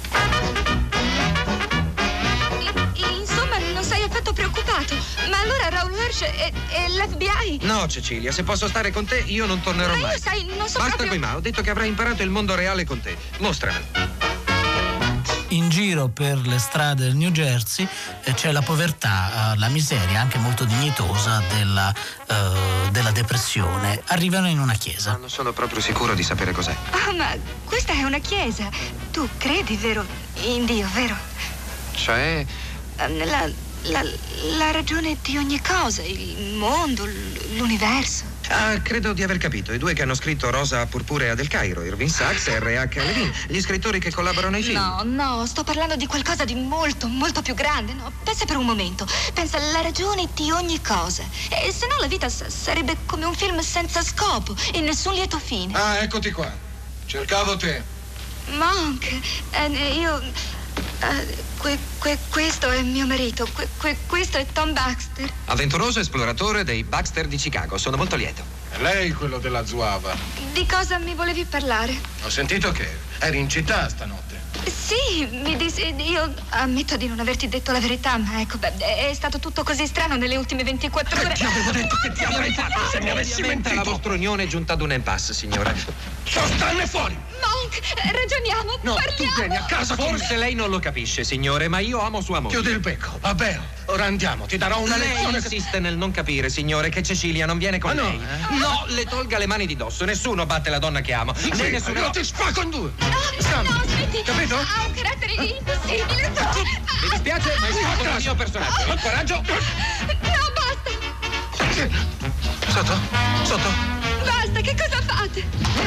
I, insomma, non sei affatto preoccupato. Ma allora Raoul Hirsch e, e l'F B I? No, Cecilia, se posso stare con te, io non tornerò Ma mai. io, sai, non so Basta proprio... coi ma, ho detto che avrei imparato il mondo reale con te. Mostramelo. in giro per le strade del New Jersey eh, c'è la povertà, eh, la miseria anche molto dignitosa della, eh, della depressione. Arrivano in una chiesa. Non sono proprio sicuro di sapere cos'è. Ah, ma questa è una chiesa. Tu credi, vero, in Dio, vero? Cioè? La, la, la ragione di ogni cosa, il mondo, l'universo. Ah, credo di aver capito. I due che hanno scritto Rosa Purpurea del Cairo, Irving Sachs e R H Levine, gli scrittori che collaborano ai film. No, no, sto parlando di qualcosa di molto, molto più grande. No, pensa per un momento. Pensa alla ragione di ogni cosa. E se no la vita s- sarebbe come un film senza scopo e nessun lieto fine. Ah, eccoti qua. Cercavo te. Monk, eh, io... eh, que, que, questo è mio marito. Que, que, questo è Tom Baxter. Avventuroso esploratore dei Baxter di Chicago. Sono molto lieto. È lei quello della Zuava. Di cosa mi volevi parlare? Ho sentito che eri in città stanotte. Sì, mi dissi, io ammetto di non averti detto la verità, ma ecco, beh, è stato tutto così strano nelle ultime ventiquattro ore. Eh, ti avevo detto che ti avrei fatto se mi avessi mentito. La vostra unione è giunta ad un impasse, signore. Sostanne fuori! Monk, ragioniamo, No, parliamo. tu vieni a casa con me. Forse lei non lo capisce, signore, ma io amo sua moglie. Chiudi il becco, va bene. Ora andiamo, ti darò una lei lezione. insiste nel non capire, signore, che Cecilia non viene con Ma no, lei. eh? No, le tolga le mani di dosso. Nessuno batte la donna che amo. Sì, Né nessuno. io ti spacco in due. No, no, aspetti. Capito? Ha un carattere impossibile. Mi dispiace, ma è stato il mio personaggio. Il coraggio. No, basta. Sotto? Sotto? Basta, che cosa fate?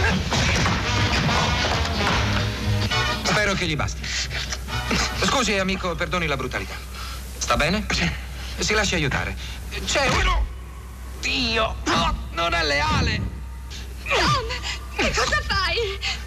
Spero che gli basti. Scusi, amico, perdoni la brutalità. Sta bene? Sì. Si lasci aiutare. C'è uno. Dio! No, non è leale! Tom, che cosa fai?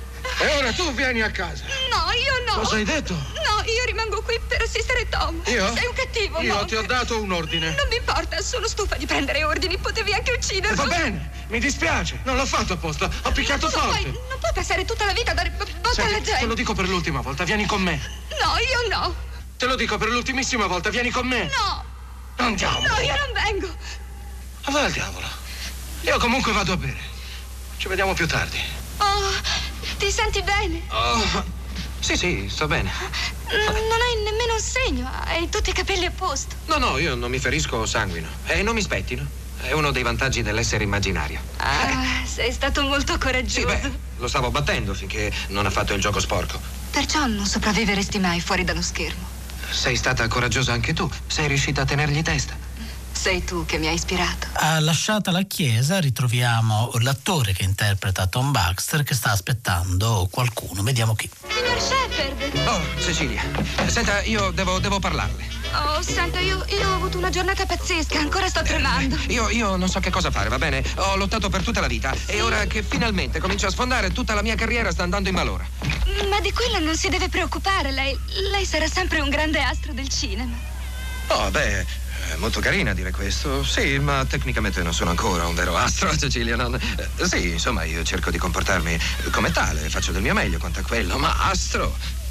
E ora tu vieni a casa. No, io no. Cosa hai detto? No, io rimango qui per assistere Tom. Io? Sei un cattivo, Io Monk. ti ho dato un ordine. Non mi importa, sono stufa di prendere ordini. Potevi anche ucciderlo. Va bene, mi dispiace. Non l'ho fatto apposta. Ho picchiato non forte. Puoi, non puoi passare tutta la vita a dare b- botte Senti, alla gente. te lo dico per l'ultima volta, vieni con me. No, io no. Te lo dico per l'ultimissima volta, vieni con me. No. Andiamo. No, io non vengo. Ma va al diavolo. Io comunque vado a bere. Ci vediamo più tardi. Oh, ti senti bene? Oh, sì, sì, sto bene. N- non hai nemmeno un segno. Hai tutti i capelli a posto. No, no, io non mi ferisco sanguino. E non mi spettino. È uno dei vantaggi dell'essere immaginario. Ah, sei stato molto coraggioso. Sì, beh, lo stavo battendo finché non ha fatto il gioco sporco. Perciò non sopravviveresti mai fuori dallo schermo. Sei stata coraggiosa anche tu. Sei riuscita a tenergli testa. Sei tu che mi hai ispirato. Ah, lasciata la chiesa ritroviamo l'attore che interpreta Tom Baxter che sta aspettando qualcuno. Vediamo chi. Signor Shepard. Oh, Cecilia. Senta, io devo, devo parlarle. Oh, senta, io, io ho avuto una giornata pazzesca, ancora sto tremando. Io, io non so che cosa fare, va bene? Ho lottato per tutta la vita e ora che finalmente comincio a sfondare, tutta la mia carriera sta andando in malora. Ma di quello non si deve preoccupare, lei, lei sarà sempre un grande astro del cinema. Oh, beh, è molto carina dire questo. Sì, ma tecnicamente non sono ancora un vero astro, Cecilia. Non... Eh, sì, insomma, io cerco di comportarmi come tale, faccio del mio meglio quanto a quello, ma astro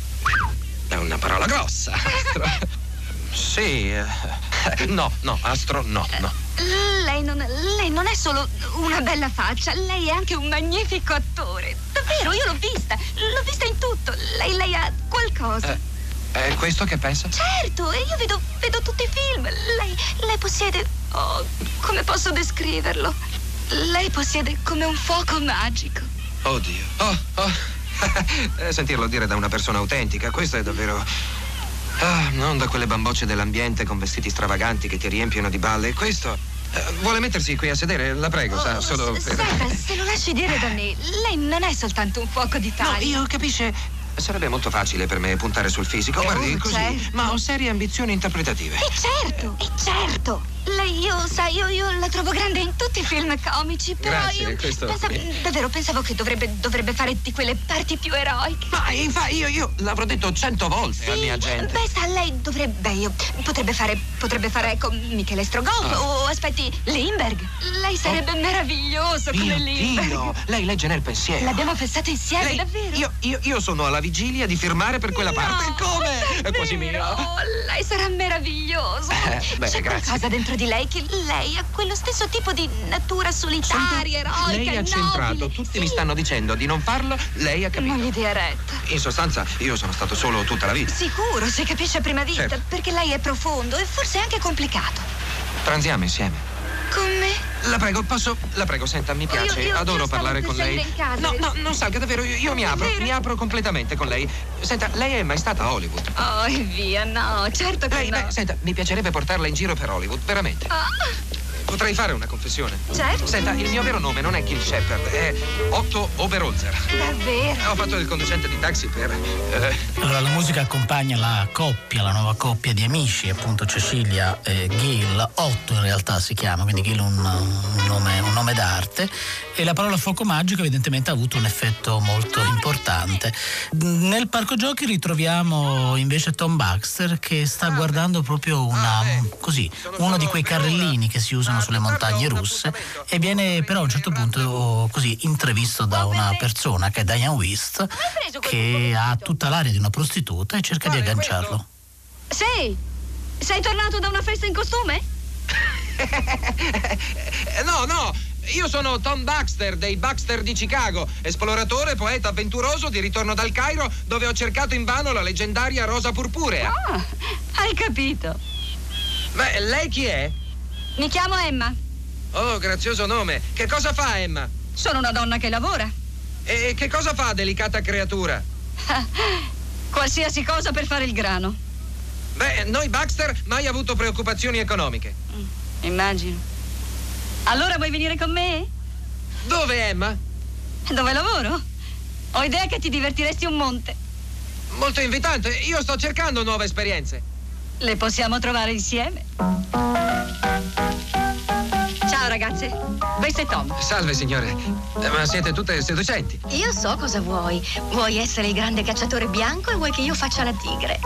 è una parola grossa. Astro. Sì, eh, no, no, astro, no, no. Lei non, lei non è solo una bella faccia, lei è anche un magnifico attore. Davvero, io l'ho vista, l'ho vista in tutto. Lei, lei ha qualcosa. Eh, è questo che pensa? Certo, e io vedo, vedo tutti i film. Lei, lei possiede... Oh, come posso descriverlo? Lei possiede come un fuoco magico. Oddio. Oh, oh. Sentirlo dire da una persona autentica, questo è davvero... Ah, non da quelle bambocce dell'ambiente con vestiti stravaganti che ti riempiono di balle. Questo... eh, vuole mettersi qui a sedere? La prego, Oh, sa, solo per... Senta, se lo lasci dire da me, lei non è soltanto un fuoco d'Italia. No, io capisce... Sarebbe molto facile per me puntare sul fisico, Oh, guardi, così. certo. Ma ho serie ambizioni interpretative. E certo, e certo. Lei, io, sai, io, io la trovo grande in tutti i film comici, però Grazie, io questo- pensavo, davvero pensavo che dovrebbe, dovrebbe fare di quelle parti più eroiche. Ma infatti io, io l'avrò detto cento volte Sì, a mia gente. beh, sa, lei dovrebbe, io, potrebbe fare, potrebbe fare, ecco, Michele Strogoff Ah. o, aspetti, Lindbergh. Lei sarebbe meraviglioso come Mio Lindbergh. Dio, lei legge nel pensiero. L'abbiamo pensato insieme, Lei- davvero. Io, io, io sono alla vigilia di firmare per quella parte. Come? È quasi mio. Oh, lei sarà meraviglioso. Eh, beh, C'è grazie. qualcosa dentro di lei che lei ha quello stesso tipo di natura solitaria, eroica, Lei ha nobile. centrato, tutti Sì. mi stanno dicendo di non farlo, lei ha capito. Non gli dia retta. In sostanza, io sono stato solo tutta la vita. Sicuro, si capisce a prima vista, Certo. perché lei è profondo e forse anche complicato. Transiamo insieme. Con me? La prego, posso. La prego, senta, mi piace. io- io Adoro stavo parlare per con lei. salire in casa. No, no, non salga, davvero. Io, io mi apro, mi apro completamente con lei. Senta, lei è mai stata a Hollywood? Oh, e via, no, certo che Lei, no. beh, senta, mi piacerebbe portarla in giro per Hollywood, veramente. Ah, Potrei fare una confessione? certo. Senta, il mio vero nome non è Gil Shepard, è Otto Oberholzer. Davvero? Ho fatto il conducente di taxi per. eh, Allora, la musica accompagna la coppia, la nuova coppia di amici, appunto Cecilia e Gil. Otto in realtà si chiama, quindi Gil un, un, nome, un nome d'arte. E la parola fuoco magico evidentemente ha avuto un effetto molto importante. Nel parco giochi ritroviamo invece Tom Baxter che sta guardando proprio una, così, uno di quei carrellini che si usano sulle montagne russe e viene però a un certo punto così intravisto da una persona che è Diane West, che ha tutta l'aria di una prostituta e cerca di agganciarlo. Sei? Sei tornato da una festa in costume? No, no! Io sono Tom Baxter dei Baxter di Chicago, esploratore, poeta avventuroso di ritorno dal Cairo, dove ho cercato invano la leggendaria rosa purpurea. Ah, hai capito. Beh, lei chi è? Mi chiamo Emma. Oh, grazioso nome. Che cosa fa Emma? Sono una donna che lavora. E che cosa fa, delicata creatura? Qualsiasi cosa per fare il grano. Beh, noi Baxter mai avuto preoccupazioni economiche. Immagino. Allora vuoi venire con me? Dove, Emma? Dove lavoro? Ho idea che ti divertiresti un monte. Molto invitante. Io sto cercando nuove esperienze. Le possiamo trovare insieme. Ciao ragazze, questo è Tom. Salve, signore. Eh, Ma siete tutte seducenti. Io so cosa vuoi. Vuoi essere il grande cacciatore bianco e vuoi che io faccia la tigre?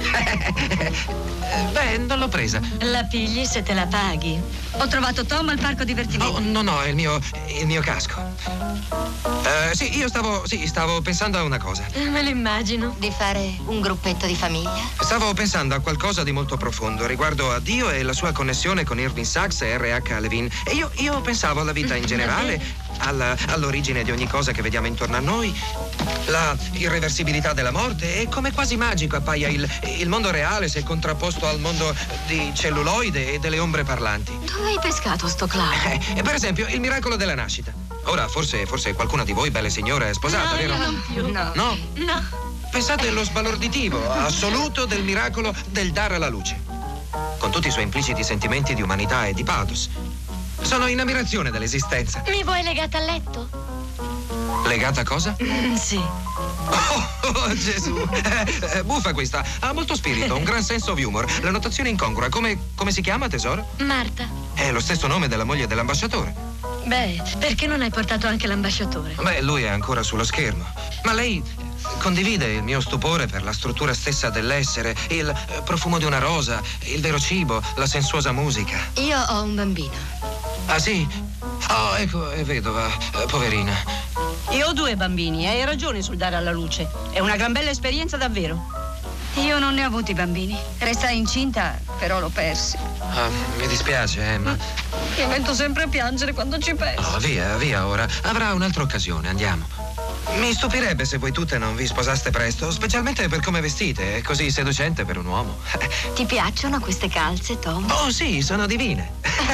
Beh, non l'ho presa. La pigli se te la paghi. Ho trovato Tom al parco divertimento. Oh, no, no, è il mio, il mio casco. Eh, sì, io stavo, sì, stavo pensando a una cosa. Me lo immagino. Di fare un gruppetto di famiglia? Stavo pensando a qualcosa di molto profondo riguardo a Dio e la sua connessione con Irving Sachs e R H Levine. E io, io pensavo alla vita in generale, alla, all'origine di ogni cosa che vediamo intorno a noi, la irreversibilità della morte e come quasi magico appaia il, il mondo reale se contrapposto al mondo di celluloide e delle ombre parlanti. Dove hai pescato sto clown? Eh, per esempio, il miracolo della nascita. Ora, forse, forse qualcuna di voi, belle signore, è sposata, no, vero? io non più. No? No. Pensate allo sbalorditivo assoluto del miracolo del dare alla luce, con tutti i suoi impliciti sentimenti di umanità e di pathos. Sono in ammirazione dell'esistenza. Mi vuoi legata al letto? Legata a cosa? Mm, sì. Oh, oh, Gesù! Eh, eh, buffa questa. Ha molto spirito, un gran senso of humor. La notazione incongrua. Come, come si chiama, tesoro? Marta. È lo stesso nome della moglie dell'ambasciatore. Beh, perché non hai portato anche l'ambasciatore? Beh, lui è ancora sullo schermo. Ma lei condivide il mio stupore per la struttura stessa dell'essere, il eh, profumo di una rosa, il vero cibo, la sensuosa musica. Io ho un bambino. Ah, sì? Oh, ecco, è vedova. Eh, poverina. Io ho due bambini e hai ragione sul dare alla luce. È una gran bella esperienza davvero. Io non ne ho avuti bambini. Restai incinta, però l'ho persi. Ah, mi dispiace, Emma. Mi metto sempre a piangere quando ci penso. Oh, via, via ora. Avrà un'altra occasione, andiamo. Mi stupirebbe se voi tutte non vi sposaste presto, specialmente per come vestite, è così seducente per un uomo. Ti piacciono queste calze, Tom? Oh, sì, sono divine.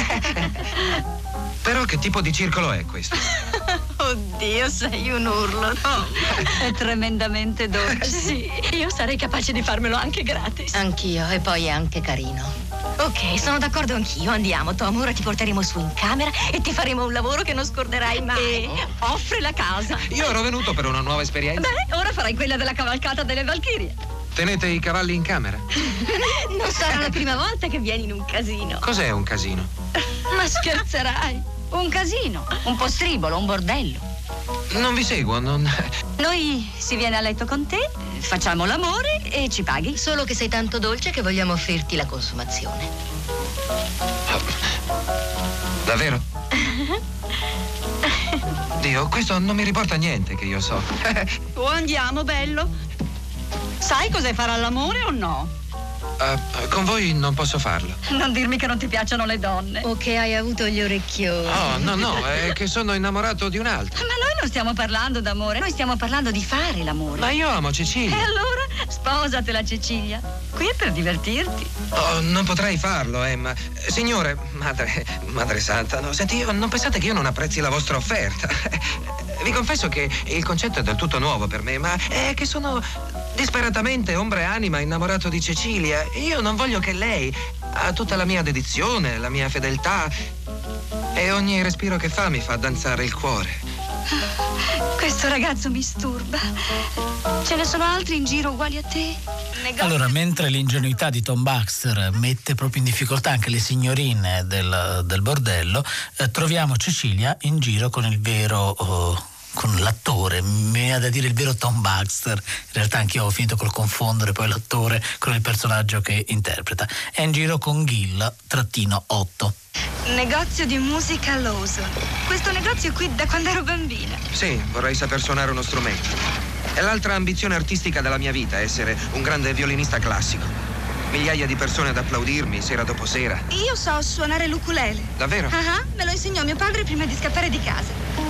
Però che tipo di circolo è questo? Oddio, sei un urlo, Tom. È tremendamente dolce. Sì, io sarei capace di farmelo anche gratis. Anch'io, e poi è anche carino. Ok, sono d'accordo anch'io. Andiamo, Tom. Ora ti porteremo su in camera e ti faremo un lavoro che non scorderai mai. E offri la casa. Io ero venuto per una nuova esperienza. Beh, ora farai quella della cavalcata delle Valchirie. Tenete i cavalli in camera? Non sarà la prima volta che vieni in un casino. Cos'è un casino? Ma scherzerai? Un casino, un postribolo, un bordello. Non vi seguo, non... Noi si viene a letto con te, facciamo l'amore e ci paghi. Solo che sei tanto dolce che vogliamo offrirti la consumazione. Davvero? Dio, questo non mi riporta niente che io so. O andiamo, bello. Sai cos'è fare all'amore o no? Uh, con voi non posso farlo. Non dirmi che non ti piacciono le donne. O che hai avuto gli orecchioni. Oh, no, no, è che sono innamorato di un'altra. Ma noi non stiamo parlando d'amore, noi stiamo parlando di fare l'amore. Ma io amo Cecilia. E allora sposatela, Cecilia. Qui è per divertirti. Oh, non potrei farlo, Emma. Signore, madre, madre santa, no, senti, io, non pensate che io non apprezzi la vostra offerta. Vi confesso che il concetto è del tutto nuovo per me, ma è che sono disperatamente ombra e anima innamorato di Cecilia. Io non voglio che lei ha tutta la mia dedizione, la mia fedeltà, e ogni respiro che fa mi fa danzare il cuore. Questo ragazzo mi sturba. Ce ne sono altri in giro uguali a te? Negozio. Allora, mentre l'ingenuità di Tom Baxter mette proprio in difficoltà anche le signorine del, del bordello, eh, troviamo Cecilia in giro con il vero... Oh, con l'attore, mi viene da dire il vero Tom Baxter, in realtà anch'io ho finito col confondere poi l'attore con il personaggio che interpreta. È in giro con Gil trattino otto. Negozio di musica Lawson. Questo negozio è qui da quando ero bambina. Sì, vorrei saper suonare uno strumento. È l'altra ambizione artistica della mia vita, essere un grande violinista classico. Migliaia di persone ad applaudirmi sera dopo sera. Io so suonare l'ukulele. Davvero? Ah, uh-huh, me lo insegnò mio padre prima di scappare di casa.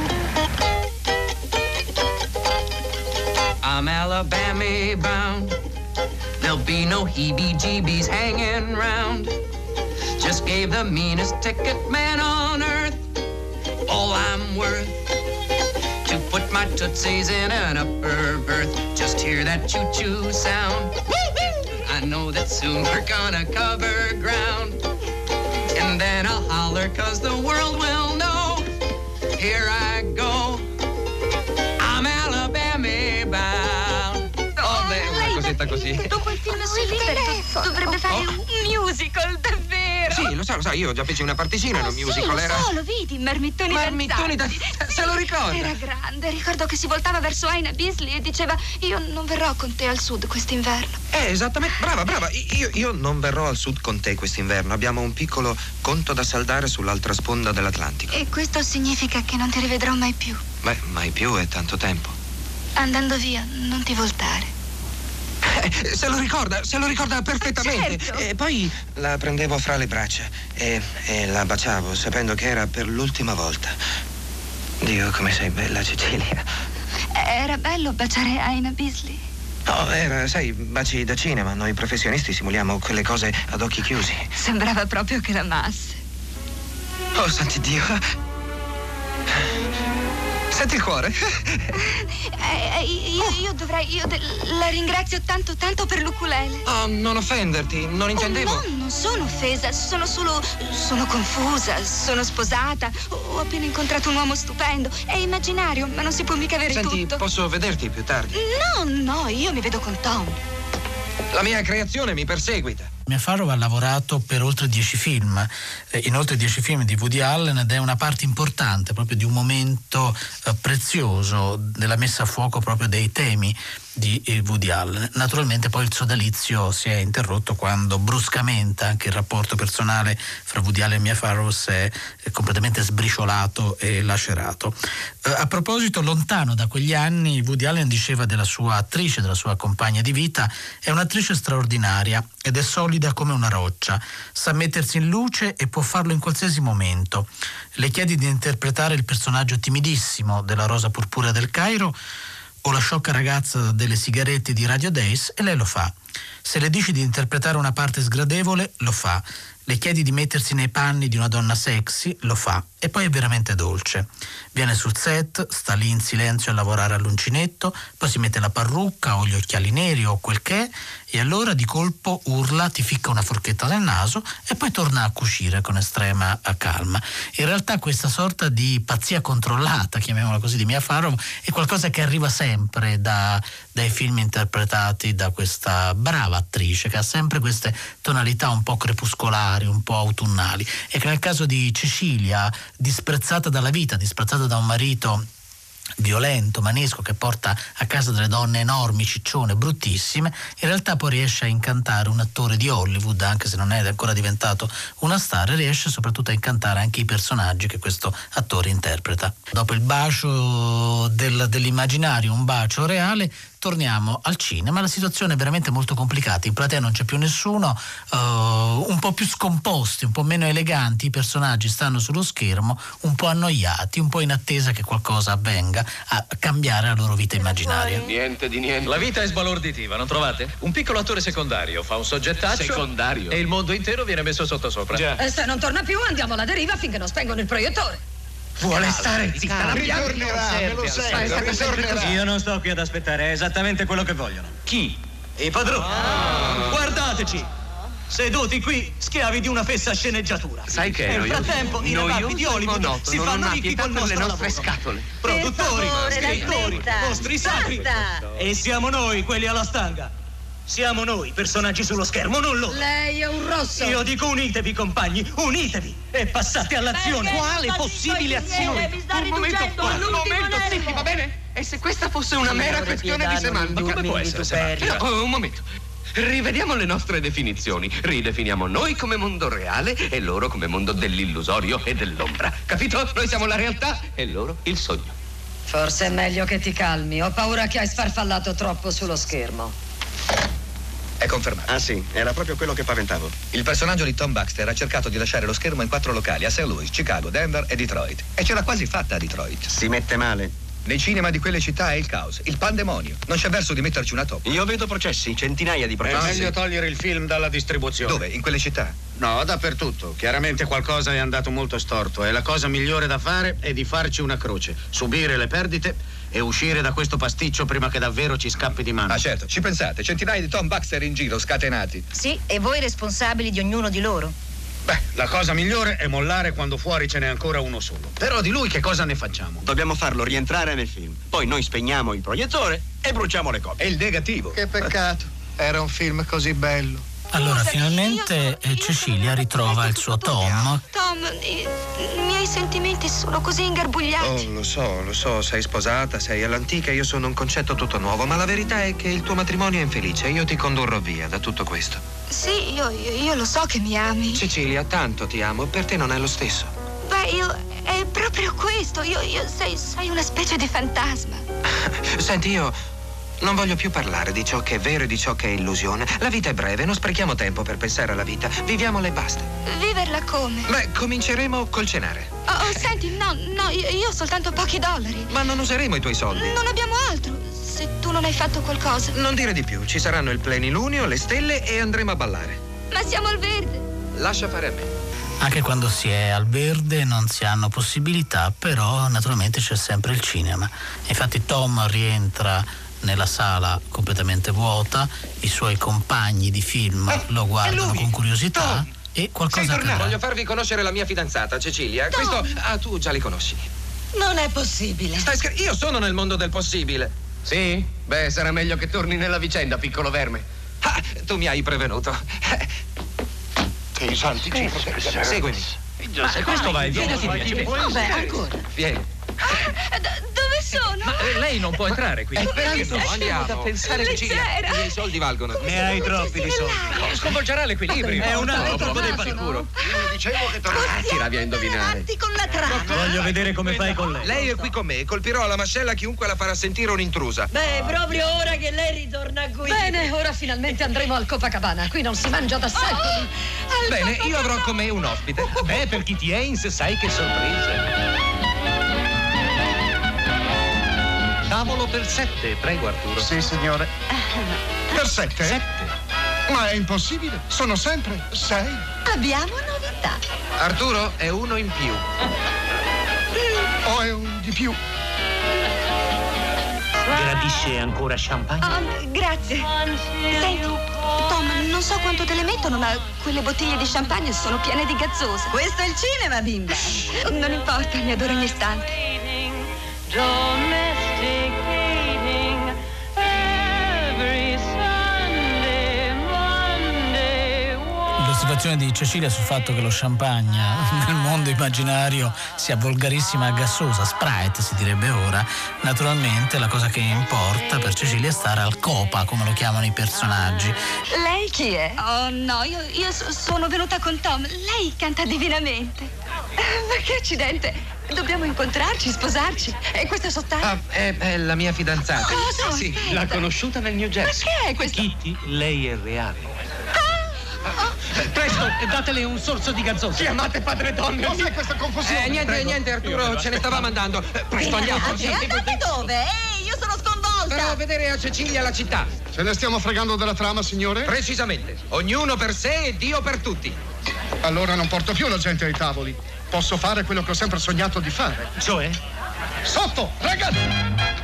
I'm Alabama bound. There'll be no heebie-jeebies hanging round. Just gave the meanest ticket man on earth all I'm worth to put my tootsies in an upper berth. Just hear that choo-choo sound. I know that soon we're gonna cover ground. And then I'll holler 'cause the world will know. Here I go. I'm Alabama bound. Oh, beh, una cosetta così. Dopo il film sui Liberty dovrebbe fare un musical, davvero. Sì, lo so, lo so, io già feci una particina in Oh, un sì, musical. lo Era... so, lo vedi, Marmittoni Marmittoni danzanti. da... Se lo ricorda? Era grande, ricordo che si voltava verso Aina Beasley e diceva: io non verrò con te al sud quest'inverno. Eh, esattamente, brava, brava. Io, io non verrò al sud con te quest'inverno. Abbiamo un piccolo conto da saldare sull'altra sponda dell'Atlantico. E questo significa che non ti rivedrò mai più. Beh, mai più è tanto tempo. Andando via, non ti voltare. Eh, se lo ricorda, se lo ricorda perfettamente. Certo. E poi la prendevo fra le braccia e, e la baciavo, sapendo che era per l'ultima volta. Dio, come sei bella, Cecilia. Era bello baciare Aina Beasley. No, era, sai, baci da cinema. Noi professionisti simuliamo quelle cose ad occhi chiusi. Sembrava proprio che l'amasse. Oh, santi Dio. Senti il cuore? Eh, eh, io, io dovrei... Io de- la ringrazio tanto, tanto per l'ukulele. Oh, non offenderti, non intendevo. Oh, no, non sono offesa, sono solo... sono confusa, sono sposata, ho appena incontrato un uomo stupendo. È immaginario, ma non si può mica avere Senti, tutto. posso vederti più tardi? No, no, io mi vedo con Tom. La mia creazione mi perseguita. Mia Farrow ha lavorato per oltre dieci film, eh, in oltre dieci film di Woody Allen, ed è una parte importante proprio di un momento eh, prezioso della messa a fuoco proprio dei temi di eh, Woody Allen. Naturalmente poi il sodalizio si è interrotto quando bruscamente anche il rapporto personale fra Woody Allen e Mia Farrow si è eh, completamente sbriciolato e lacerato. Eh, a proposito, lontano da quegli anni, Woody Allen diceva della sua attrice, della sua compagna di vita: è un'attrice straordinaria ed è solida come una roccia, sa mettersi in luce e può farlo in qualsiasi momento. Le chiedi di interpretare il personaggio timidissimo della Rosa Purpurea del Cairo o la sciocca ragazza delle sigarette di Radio Days e lei lo fa. Se le dici di interpretare una parte sgradevole, lo fa. Le chiedi di mettersi nei panni di una donna sexy, lo fa. E poi è veramente dolce. Viene sul set, sta lì in silenzio a lavorare all'uncinetto, poi si mette la parrucca o gli occhiali neri o quel che è, e allora di colpo urla, ti ficca una forchetta nel naso e poi torna a cucire con estrema calma. In realtà questa sorta di pazzia controllata, chiamiamola così, di Mia Farrow è qualcosa che arriva sempre da, dai film interpretati da questa brava attrice che ha sempre queste tonalità un po' crepuscolari, un po' autunnali, e che nel caso di Cecilia, disprezzata dalla vita, disprezzata da un marito violento, manesco, che porta a casa delle donne enormi, ciccione, bruttissime, in realtà poi riesce a incantare un attore di Hollywood, anche se non è ancora diventato una star, e riesce soprattutto a incantare anche i personaggi che questo attore interpreta. Dopo il bacio del, dell'immaginario, un bacio reale, torniamo al cinema. La situazione è veramente molto complicata. In platea non c'è più nessuno, uh, un po' più scomposti, un po' meno eleganti. I personaggi stanno sullo schermo, un po' annoiati, un po' in attesa che qualcosa avvenga a cambiare la loro vita immaginaria. Niente di niente. La vita è sbalorditiva, non trovate? Un piccolo attore secondario fa un soggettaccio. Secondario? E il mondo intero viene messo sottosopra. Già. E se non torna più andiamo alla deriva finché non spengono il proiettore. Vuole stare zitta la bianca? Ritornerà, me lo sento, ritornerà. Io non sto qui ad aspettare, è esattamente quello che vogliono. Chi? I padroni. Ah. Guardateci! Seduti qui, schiavi di una fessa sceneggiatura. Sai che Nel noioso, frattempo i ragazzi di Hollywood monotono, si non fanno ha ricchi pietà col per le nostro nostre lavoro. scatole. Produttori, favore, scrittori, la smetta. mostri sacri. Basta. E siamo noi quelli alla stanga. Siamo noi personaggi sullo schermo, non loro. Lei è un rosso. Io dico unitevi, compagni, unitevi e passate all'azione. Perché Quale sta possibile zitto, azione? mi sta Un momento, riducendo qua, all'ultimo un momento, nervo. zitti, va bene? E se questa fosse una Signore, mera questione pietà, di semantica? non Come può essere semantica? No, un momento. Rivediamo le nostre definizioni. Ridefiniamo noi come mondo reale e loro come mondo dell'illusorio e dell'ombra. Capito? Noi siamo la realtà e loro il sogno. Forse è meglio che ti calmi. Ho paura che hai sfarfallato troppo sullo schermo. È confermato. Ah sì, era proprio quello che paventavo. Il personaggio di Tom Baxter ha cercato di lasciare lo schermo in quattro locali, a Saint Louis, Chicago, Denver e Detroit. E ce l'ha quasi fatta a Detroit. Si mette male. Nei cinema di quelle città è il caos, il pandemonio. Non c'è verso di metterci una toppa. Io vedo processi, centinaia di È processi. meglio togliere il film dalla distribuzione. Dove? In quelle città? No, dappertutto. Chiaramente qualcosa è andato molto storto e la cosa migliore da fare è di farci una croce, subire le perdite e uscire da questo pasticcio prima che davvero ci scappi di mano. Ah certo, ci pensate, centinaia di Tom Baxter in giro, scatenati. Sì, e voi responsabili di ognuno di loro. Beh, la cosa migliore è mollare quando fuori ce n'è ancora uno solo. Però di lui che cosa ne facciamo? Dobbiamo farlo rientrare nel film. Poi noi spegniamo il proiettore e bruciamo le copie. È il negativo. Che peccato. Era un film così bello. Allora, finalmente eh, Cecilia ritrova il suo Tom. Tom, i, i miei sentimenti sono così ingarbugliati. Oh, lo so, lo so, sei sposata, sei all'antica, io sono un concetto tutto nuovo, ma la verità è che il tuo matrimonio è infelice e io ti condurrò via da tutto questo. Sì, io, io, io lo so che mi ami. Cecilia, tanto ti amo, per te non è lo stesso. Beh, io... è proprio questo. Io, io sei, sei una specie di fantasma. Senti, io non voglio più parlare di ciò che è vero e di ciò che è illusione. La vita è breve, non sprechiamo tempo per pensare alla vita. Viviamola e basta. Viverla come? Beh, cominceremo col cenare. Oh, oh, senti, no, no, io, io ho soltanto pochi dollari. Ma non useremo i tuoi soldi. Non abbiamo altro. Se tu non hai fatto qualcosa. Non dire di più. Ci saranno il plenilunio, le stelle e andremo a ballare. Ma siamo al verde. Lascia fare a me. Anche quando si è al verde non si hanno possibilità, però naturalmente c'è sempre il cinema. Infatti Tom rientra nella sala completamente vuota, i suoi compagni di film eh, lo guardano con curiosità Tom. e qualcosa accadrà. Voglio farvi conoscere la mia fidanzata, Cecilia. Tom. Questo... Ah, tu già li conosci. Non è possibile. Stai scher- Io sono nel mondo del possibile. Sì? Beh, sarà meglio che torni nella vicenda, piccolo verme. Ah, tu mi hai prevenuto. Che i santi ci Seguimi. Ma questo va e viene. Vabbè, ancora. Vieni. Ah, d- dove sono? Ma eh, lei non può entrare qui. E perché no? Andiamo. Da pensare, Cecilia. Leggera. I miei soldi valgono. Ne hai troppi di soldi. Sconvolgerà l'equilibrio. È un altro Tornato, dei no? sicuro. Io dicevo che Ah, tiravi a indovinare. Avanti con la trama. Voglio vedere come fai con lei. Lei è qui con me. Colpirò alla mascella chiunque la farà sentire un'intrusa. Beh, proprio ora che lei ritorna qui. Bene, ora finalmente andremo al Copacabana. Qui non si mangia da secoli. Bene, io avrò con me un ospite. Beh, per chi ti Haynes sai che sorpresa. Tavolo per sette, prego Arturo. Sì, signore. Per sette? Sette. Ma è impossibile. Sono sempre sei. Abbiamo novità. Arturo è uno in più. O è un di più? Gradisce ancora champagne? Oh, grazie. Senti, Tom, non so quanto te le mettono, ma quelle bottiglie di champagne sono piene di gazzosa. Questo è il cinema, bimba. Non importa, mi adoro ogni istante. Domesticating every Sunday, Monday. L'osservazione di Cecilia sul fatto che lo champagne nel mondo immaginario sia volgarissima e gassosa, Sprite si direbbe ora, naturalmente la cosa che importa per Cecilia è stare al copa, come lo chiamano i personaggi. Lei chi è? Oh no, io, io so- sono venuta con Tom. Lei canta divinamente. Ma che accidente! Dobbiamo incontrarci, sposarci. E questa sottana? Ah, è, è la mia fidanzata. Cosa? Sì, Aspetta. l'ha conosciuta nel New Jersey. Ma che è questo? Kitty, lei è reale. Presto, datele un sorso di gazzoso. Chiamate padre Donne. Cos'è questa confusione? Eh, niente, Prego. niente, Arturo, ce ne stava mandando. Eh, Presto, andiamo. E andate dove? Ehi, io sono sconvolta. Per a vedere a Cecilia la città. Ce ne stiamo fregando della trama, signore? Precisamente. Ognuno per sé e Dio per tutti. Allora non porto più la gente ai tavoli. Posso fare quello che ho sempre sognato di fare. Cioè? Sotto, ragazzi!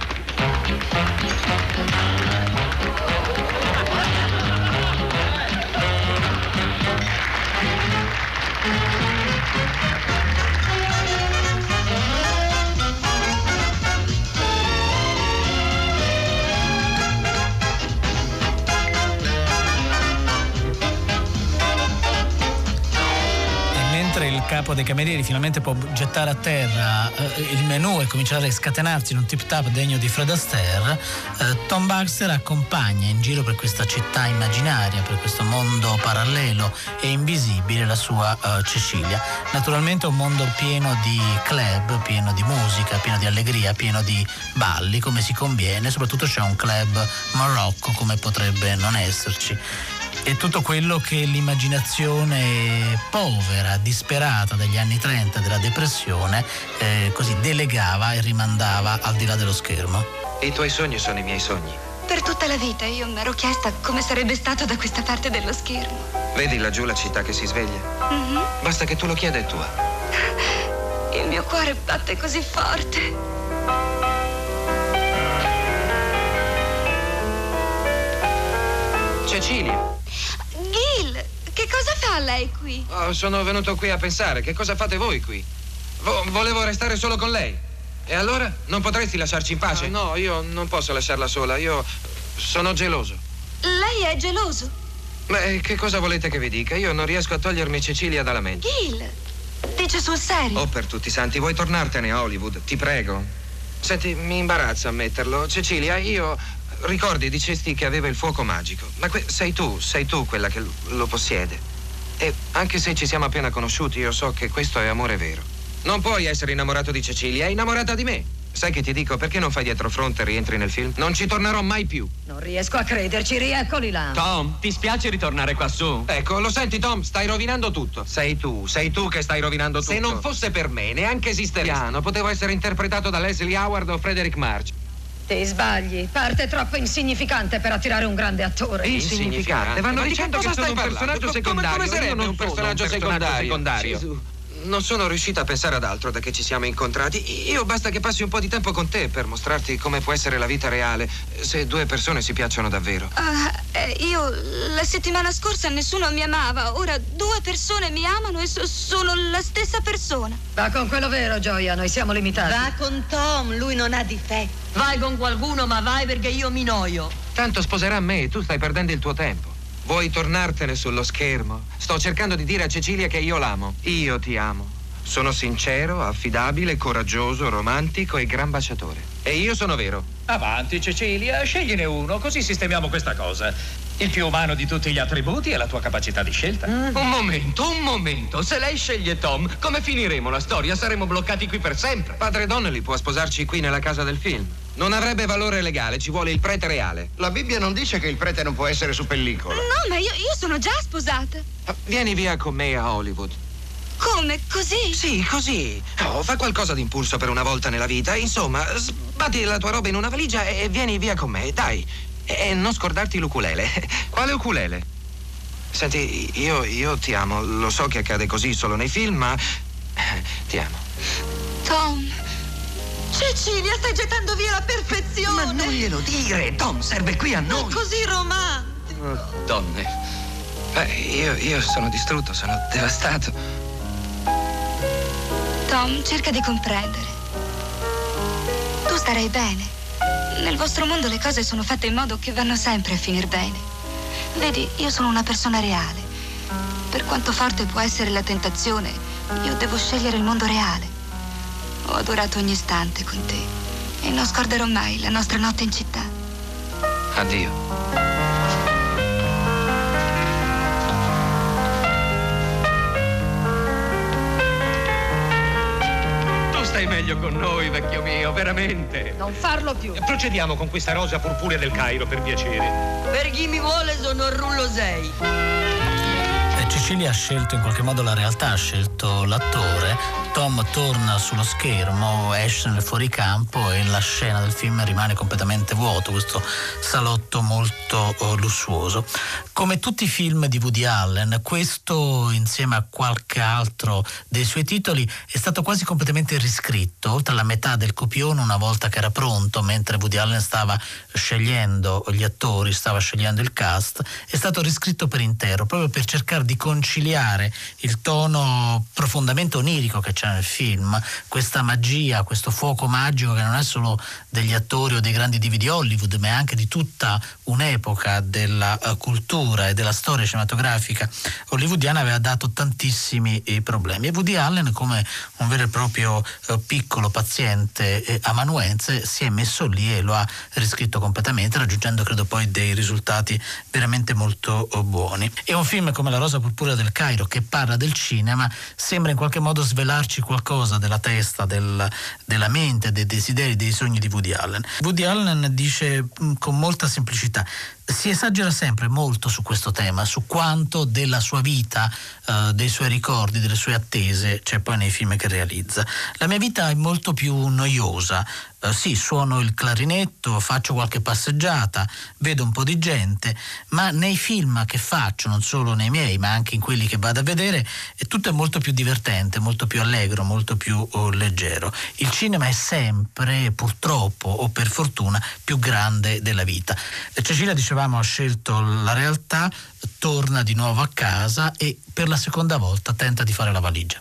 Il capo dei camerieri finalmente può gettare a terra eh, il menù e cominciare a scatenarsi in un tip tap degno di Fred Astaire. eh, Tom Baxter accompagna in giro per questa città immaginaria, per questo mondo parallelo e invisibile, la sua eh, Cecilia. Naturalmente un mondo pieno di club, pieno di musica, pieno di allegria, pieno di balli, come si conviene. Soprattutto c'è un club Marocco, come potrebbe non esserci. E tutto quello che l'immaginazione povera, disperata degli anni trenta, della depressione, eh, così delegava e rimandava al di là dello schermo. I tuoi sogni sono i miei sogni. Per tutta la vita io mi ero chiesta come sarebbe stato da questa parte dello schermo. Vedi laggiù la città che si sveglia? Mhm. Basta che tu lo chieda, è tua. Il mio cuore batte così forte. Cecilia. Gil, che cosa fa lei qui? Oh, sono venuto qui a pensare. Che cosa fate voi qui? Vo- volevo restare solo con lei. E allora? Non potresti lasciarci in pace? No, no, io non posso lasciarla sola. Io sono geloso. Lei è geloso? Beh, che cosa volete che vi dica? Io non riesco a togliermi Cecilia dalla mente. Gil, dice sul serio? Oh, per tutti i santi, vuoi tornartene a Hollywood? Ti prego. Senti, mi imbarazza ammetterlo. Cecilia, io... Ricordi, dicesti che aveva il fuoco magico. Ma que- sei tu, sei tu quella che l- lo possiede. E anche se ci siamo appena conosciuti, io so che questo è amore vero. Non puoi essere innamorato di Cecilia, è innamorata di me. Sai che ti dico, perché non fai dietro fronte e rientri nel film? Non ci tornerò mai più. Non riesco a crederci, rieccoli là. Tom, ti spiace ritornare qua su? Ecco, lo senti, Tom? Stai rovinando tutto. Sei tu, sei tu che stai rovinando tutto. Se non fosse per me, neanche esisterebbe. Piano, potevo essere interpretato da Leslie Howard o Frederick March. Ti sbagli, parte troppo insignificante per attirare un grande attore. Insignificante? Vanno Ma di dicendo che che cosa sono un stai personaggio parlando? secondario. Come- come sarebbe Io non un sono personaggio secondario? secondario. Gesù. Non sono riuscita a pensare ad altro da che ci siamo incontrati. Io basta che passi un po' di tempo con te per mostrarti come può essere la vita reale se due persone si piacciono davvero. Ah, eh, io la settimana scorsa nessuno mi amava, ora due persone mi amano e so- sono la stessa persona. Va con quello vero, Gioia, noi siamo limitati. Va con Tom, lui non ha difetti. Vai con qualcuno, ma vai perché io mi noio. Tanto sposerà me e tu stai perdendo il tuo tempo. Vuoi tornartene sullo schermo? Sto cercando di dire a Cecilia che io l'amo. Io ti amo. Sono sincero, affidabile, coraggioso, romantico e gran baciatore. E io sono vero. Avanti, Cecilia, scegliene uno, così sistemiamo questa cosa. Il più umano di tutti gli attributi è la tua capacità di scelta. Mm. Un momento, un momento. Se lei sceglie Tom, come finiremo la storia? Saremo bloccati qui per sempre. Padre Donnelly può sposarci qui nella casa del film. Non avrebbe valore legale, ci vuole il prete reale. La Bibbia non dice che il prete non può essere su pellicola. No, ma io, io sono già sposata. Vieni via con me a Hollywood. Come? Così? Sì, così. Oh, fa qualcosa di impulso per una volta nella vita. Insomma, sbatti la tua roba in una valigia e vieni via con me, dai. E non scordarti l'ukulele. Quale ukulele? Senti, io, io ti amo. Lo so che accade così solo nei film, ma ti amo. Tom, Cecilia, stai gettando via la perfezione. Ma non glielo dire, Tom serve qui a noi. È così romantico. Oh, donne. Beh, io, io sono distrutto, sono devastato. Tom, cerca di comprendere. Tu starai bene. Nel vostro mondo le cose sono fatte in modo che vanno sempre a finir bene. Vedi, io sono una persona reale. Per quanto forte può essere la tentazione, io devo scegliere il mondo reale. Ho adorato ogni istante con te e non scorderò mai la nostra notte in città. Addio. stai meglio con noi, vecchio mio, veramente. Non farlo più. Procediamo con questa rosa purpurea del Cairo, per piacere. Per chi mi vuole sono il rullo sei. Cecilia ha scelto in qualche modo la realtà, ha scelto l'attore. Tom torna sullo schermo, esce nel fuoricampo e la scena del film rimane completamente vuoto, questo salotto molto oh, lussuoso. Come tutti i film di Woody Allen, questo insieme a qualche altro dei suoi titoli è stato quasi completamente riscritto, oltre alla metà del copione una volta che era pronto, mentre Woody Allen stava scegliendo gli attori, stava scegliendo il cast, è stato riscritto per intero, proprio per cercare di conciliare il tono profondamente onirico che c'è nel film, questa magia, questo fuoco magico che non è solo degli attori o dei grandi divi di Hollywood, ma è anche di tutta un'epoca della uh, cultura e della storia cinematografica hollywoodiana, aveva dato tantissimi eh, problemi. E Woody Allen, come un vero e proprio uh, piccolo paziente eh, amanuense, si è messo lì e lo ha riscritto completamente, raggiungendo credo poi dei risultati veramente molto uh, buoni. E un film come La rosa purpurea del Cairo, che parla del cinema, sembra in qualche modo svelarci qualcosa della testa, del, della mente, dei desideri, dei sogni di Woody Allen. Woody Allen dice mh, con molta semplicità: si esagera sempre molto su questo tema, su quanto della sua vita, uh, dei suoi ricordi, delle sue attese c'è poi nei film che realizza. La mia vita è molto più noiosa. Uh, sì, suono il clarinetto, faccio qualche passeggiata, vedo un po' di gente, ma nei film che faccio, non solo nei miei, ma anche in quelli che vado a vedere, è tutto è molto più divertente, molto più allegro, molto più oh, leggero. Il cinema è sempre, purtroppo o per fortuna, più grande della vita. Cecilia, dicevamo, ha scelto la realtà, torna di nuovo a casa e per la seconda volta tenta di fare la valigia.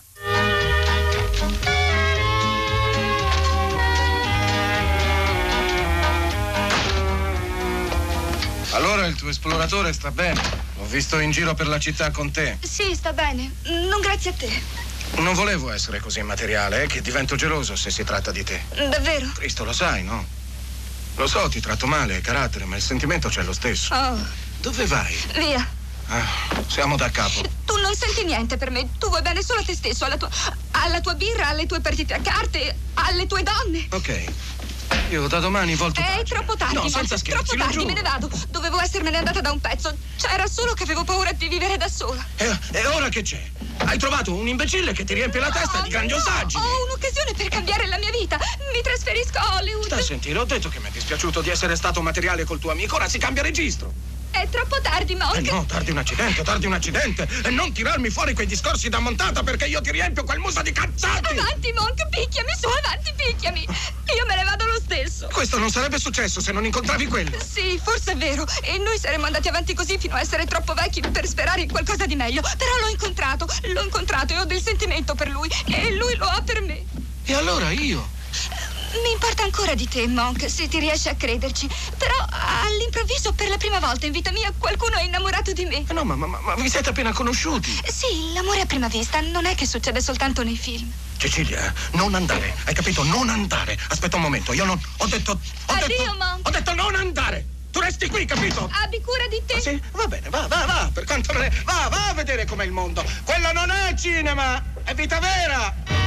Allora il tuo esploratore sta bene? L'ho visto in giro per la città con te. Sì, sta bene. Non grazie a te. Non volevo essere così materiale, eh, che divento geloso se si tratta di te. Davvero? Cristo, lo sai, no? Lo so, ti tratto male, carattere, ma il sentimento c'è lo stesso. Oh. Dove vai? Via. Ah, siamo da capo. Tu non senti niente per me. Tu vuoi bene solo a te stesso, alla tua, alla tua birra, alle tue partite a carte, alle tue donne. Ok. Io da domani volto È pagina. troppo tardi, No, ma senza scherzi, troppo lo tardi, giuro. me ne vado. Dovevo essermene andata da un pezzo. C'era solo che avevo paura di vivere da sola. E, e ora che c'è? Hai trovato un imbecille che ti riempie la testa No, di grandiosaggini. no, ho un'occasione per cambiare la mia vita. Mi trasferisco a Hollywood. Sta a sentire, ho detto che mi è dispiaciuto di essere stato materiale col tuo amico, ora si cambia registro. È troppo tardi, Monk. Eh no, tardi un accidente, tardi un accidente. E non tirarmi fuori quei discorsi da montata perché io ti riempio quel muso di cazzati. Avanti, Monk, picchiami su, avanti, picchiami. Io me ne vado lo stesso. Questo non sarebbe successo se non incontravi quello. Sì, forse è vero. E noi saremmo andati avanti così fino a essere troppo vecchi per sperare in qualcosa di meglio. Però l'ho incontrato, l'ho incontrato e ho del sentimento per lui. E lui lo ha per me. E allora io? Mi importa ancora di te, Monk, se ti riesci a crederci. Però all'improvviso, per la prima volta in vita mia, qualcuno è innamorato di me. Eh no, ma, ma, ma vi siete appena conosciuti. Sì, l'amore a prima vista non è che succede soltanto nei film. Cecilia, non andare, hai capito? Non andare. Aspetta un momento, io non... Ho detto... Ho Addio, detto, Monk. Ho detto non andare. Tu resti qui, capito? Abbi cura di te. Ah, sì? Va bene, va, va, va. Per quanto non è... Va, va a vedere com'è il mondo. Quello non è cinema, è vita vera.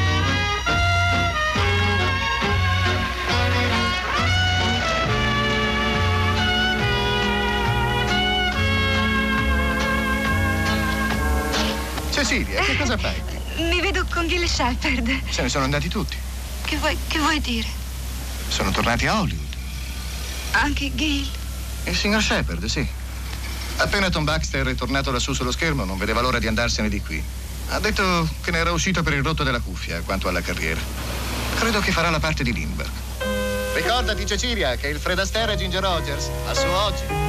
Cecilia, che cosa fai? Mi vedo con Gil Shepard. Se ne sono andati tutti. Che vuoi, che vuoi dire? Sono tornati a Hollywood. Anche Gil? Il signor Shepard, sì. Appena Tom Baxter è tornato lassù sullo schermo, non vedeva l'ora di andarsene di qui. Ha detto che ne era uscito per il rotto della cuffia quanto alla carriera. Credo che farà la parte di Lindbergh. Ricordati, Cecilia, che il Fred Astaire e Ginger Rogers al suo oggi.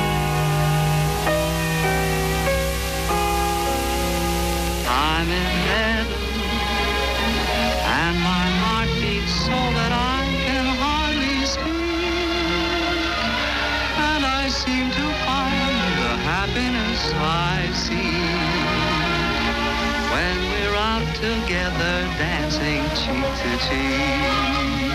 I'm in heaven, and my heart beats so that I can hardly speak, and I seem to find the happiness I see when we're out together dancing cheek to cheek.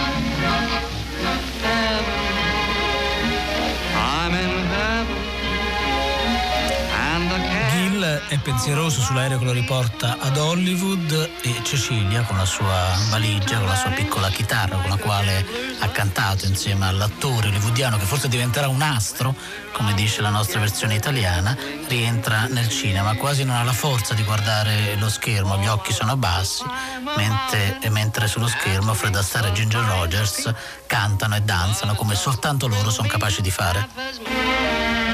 Heaven, I'm in heaven, and the cat... Gil è pensieroso sull'aereo che lo riporta ad Hollywood e Cecilia con la sua valigia, con la sua piccola chitarra con la quale ha cantato insieme all'attore hollywoodiano che forse diventerà un astro, come dice la nostra versione italiana, rientra nel cinema. Quasi non ha la forza di guardare lo schermo, gli occhi sono bassi, mentre, mentre sullo schermo Fred Astaire e Ginger Rogers cantano e danzano come soltanto loro sono capaci di fare.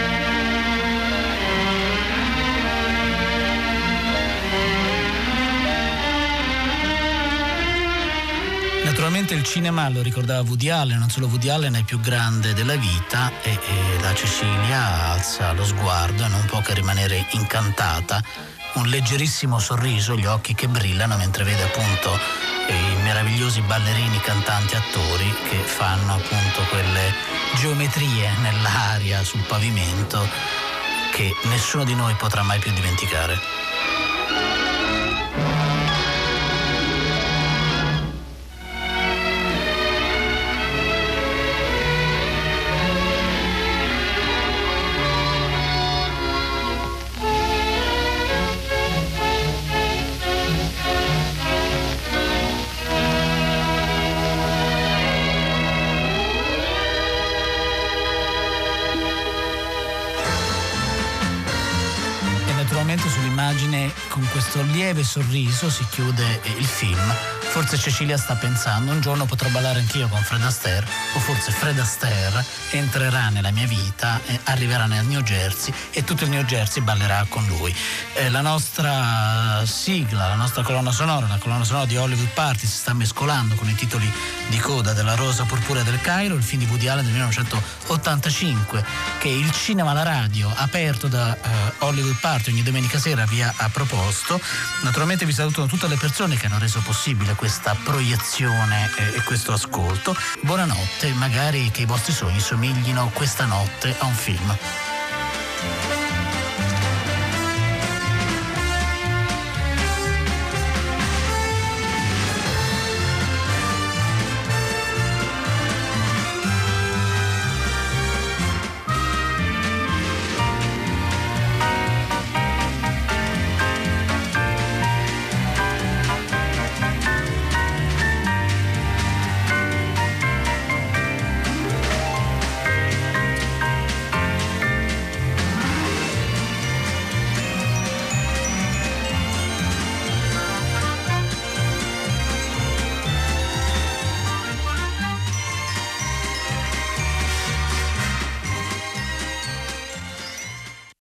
Naturalmente il cinema, lo ricordava Woody Allen, non solo Woody Allen è il più grande della vita e, e la Cecilia alza lo sguardo e non può che rimanere incantata, un leggerissimo sorriso, gli occhi che brillano mentre vede appunto i meravigliosi ballerini, cantanti, attori che fanno appunto quelle geometrie nell'aria, sul pavimento che nessuno di noi potrà mai più dimenticare. Sull'immagine con questo lieve sorriso si chiude il film. Forse Cecilia sta pensando: un giorno potrò ballare anch'io con Fred Astaire, o forse Fred Astaire entrerà nella mia vita, arriverà nel New Jersey e tutto il New Jersey ballerà con lui. Eh, la nostra sigla, la nostra colonna sonora, la colonna sonora di Hollywood Party si sta mescolando con i titoli di coda della Rosa Purpurea del Cairo, il film di Woody Allen del millenovecentottantacinque che il cinema alla radio aperto da eh, Hollywood Party ogni domenica sera vi ha proposto. Naturalmente vi salutano tutte le persone che hanno reso possibile questa proiezione e, e questo ascolto. Buonanotte, magari che i vostri sogni somiglino questa notte a un film.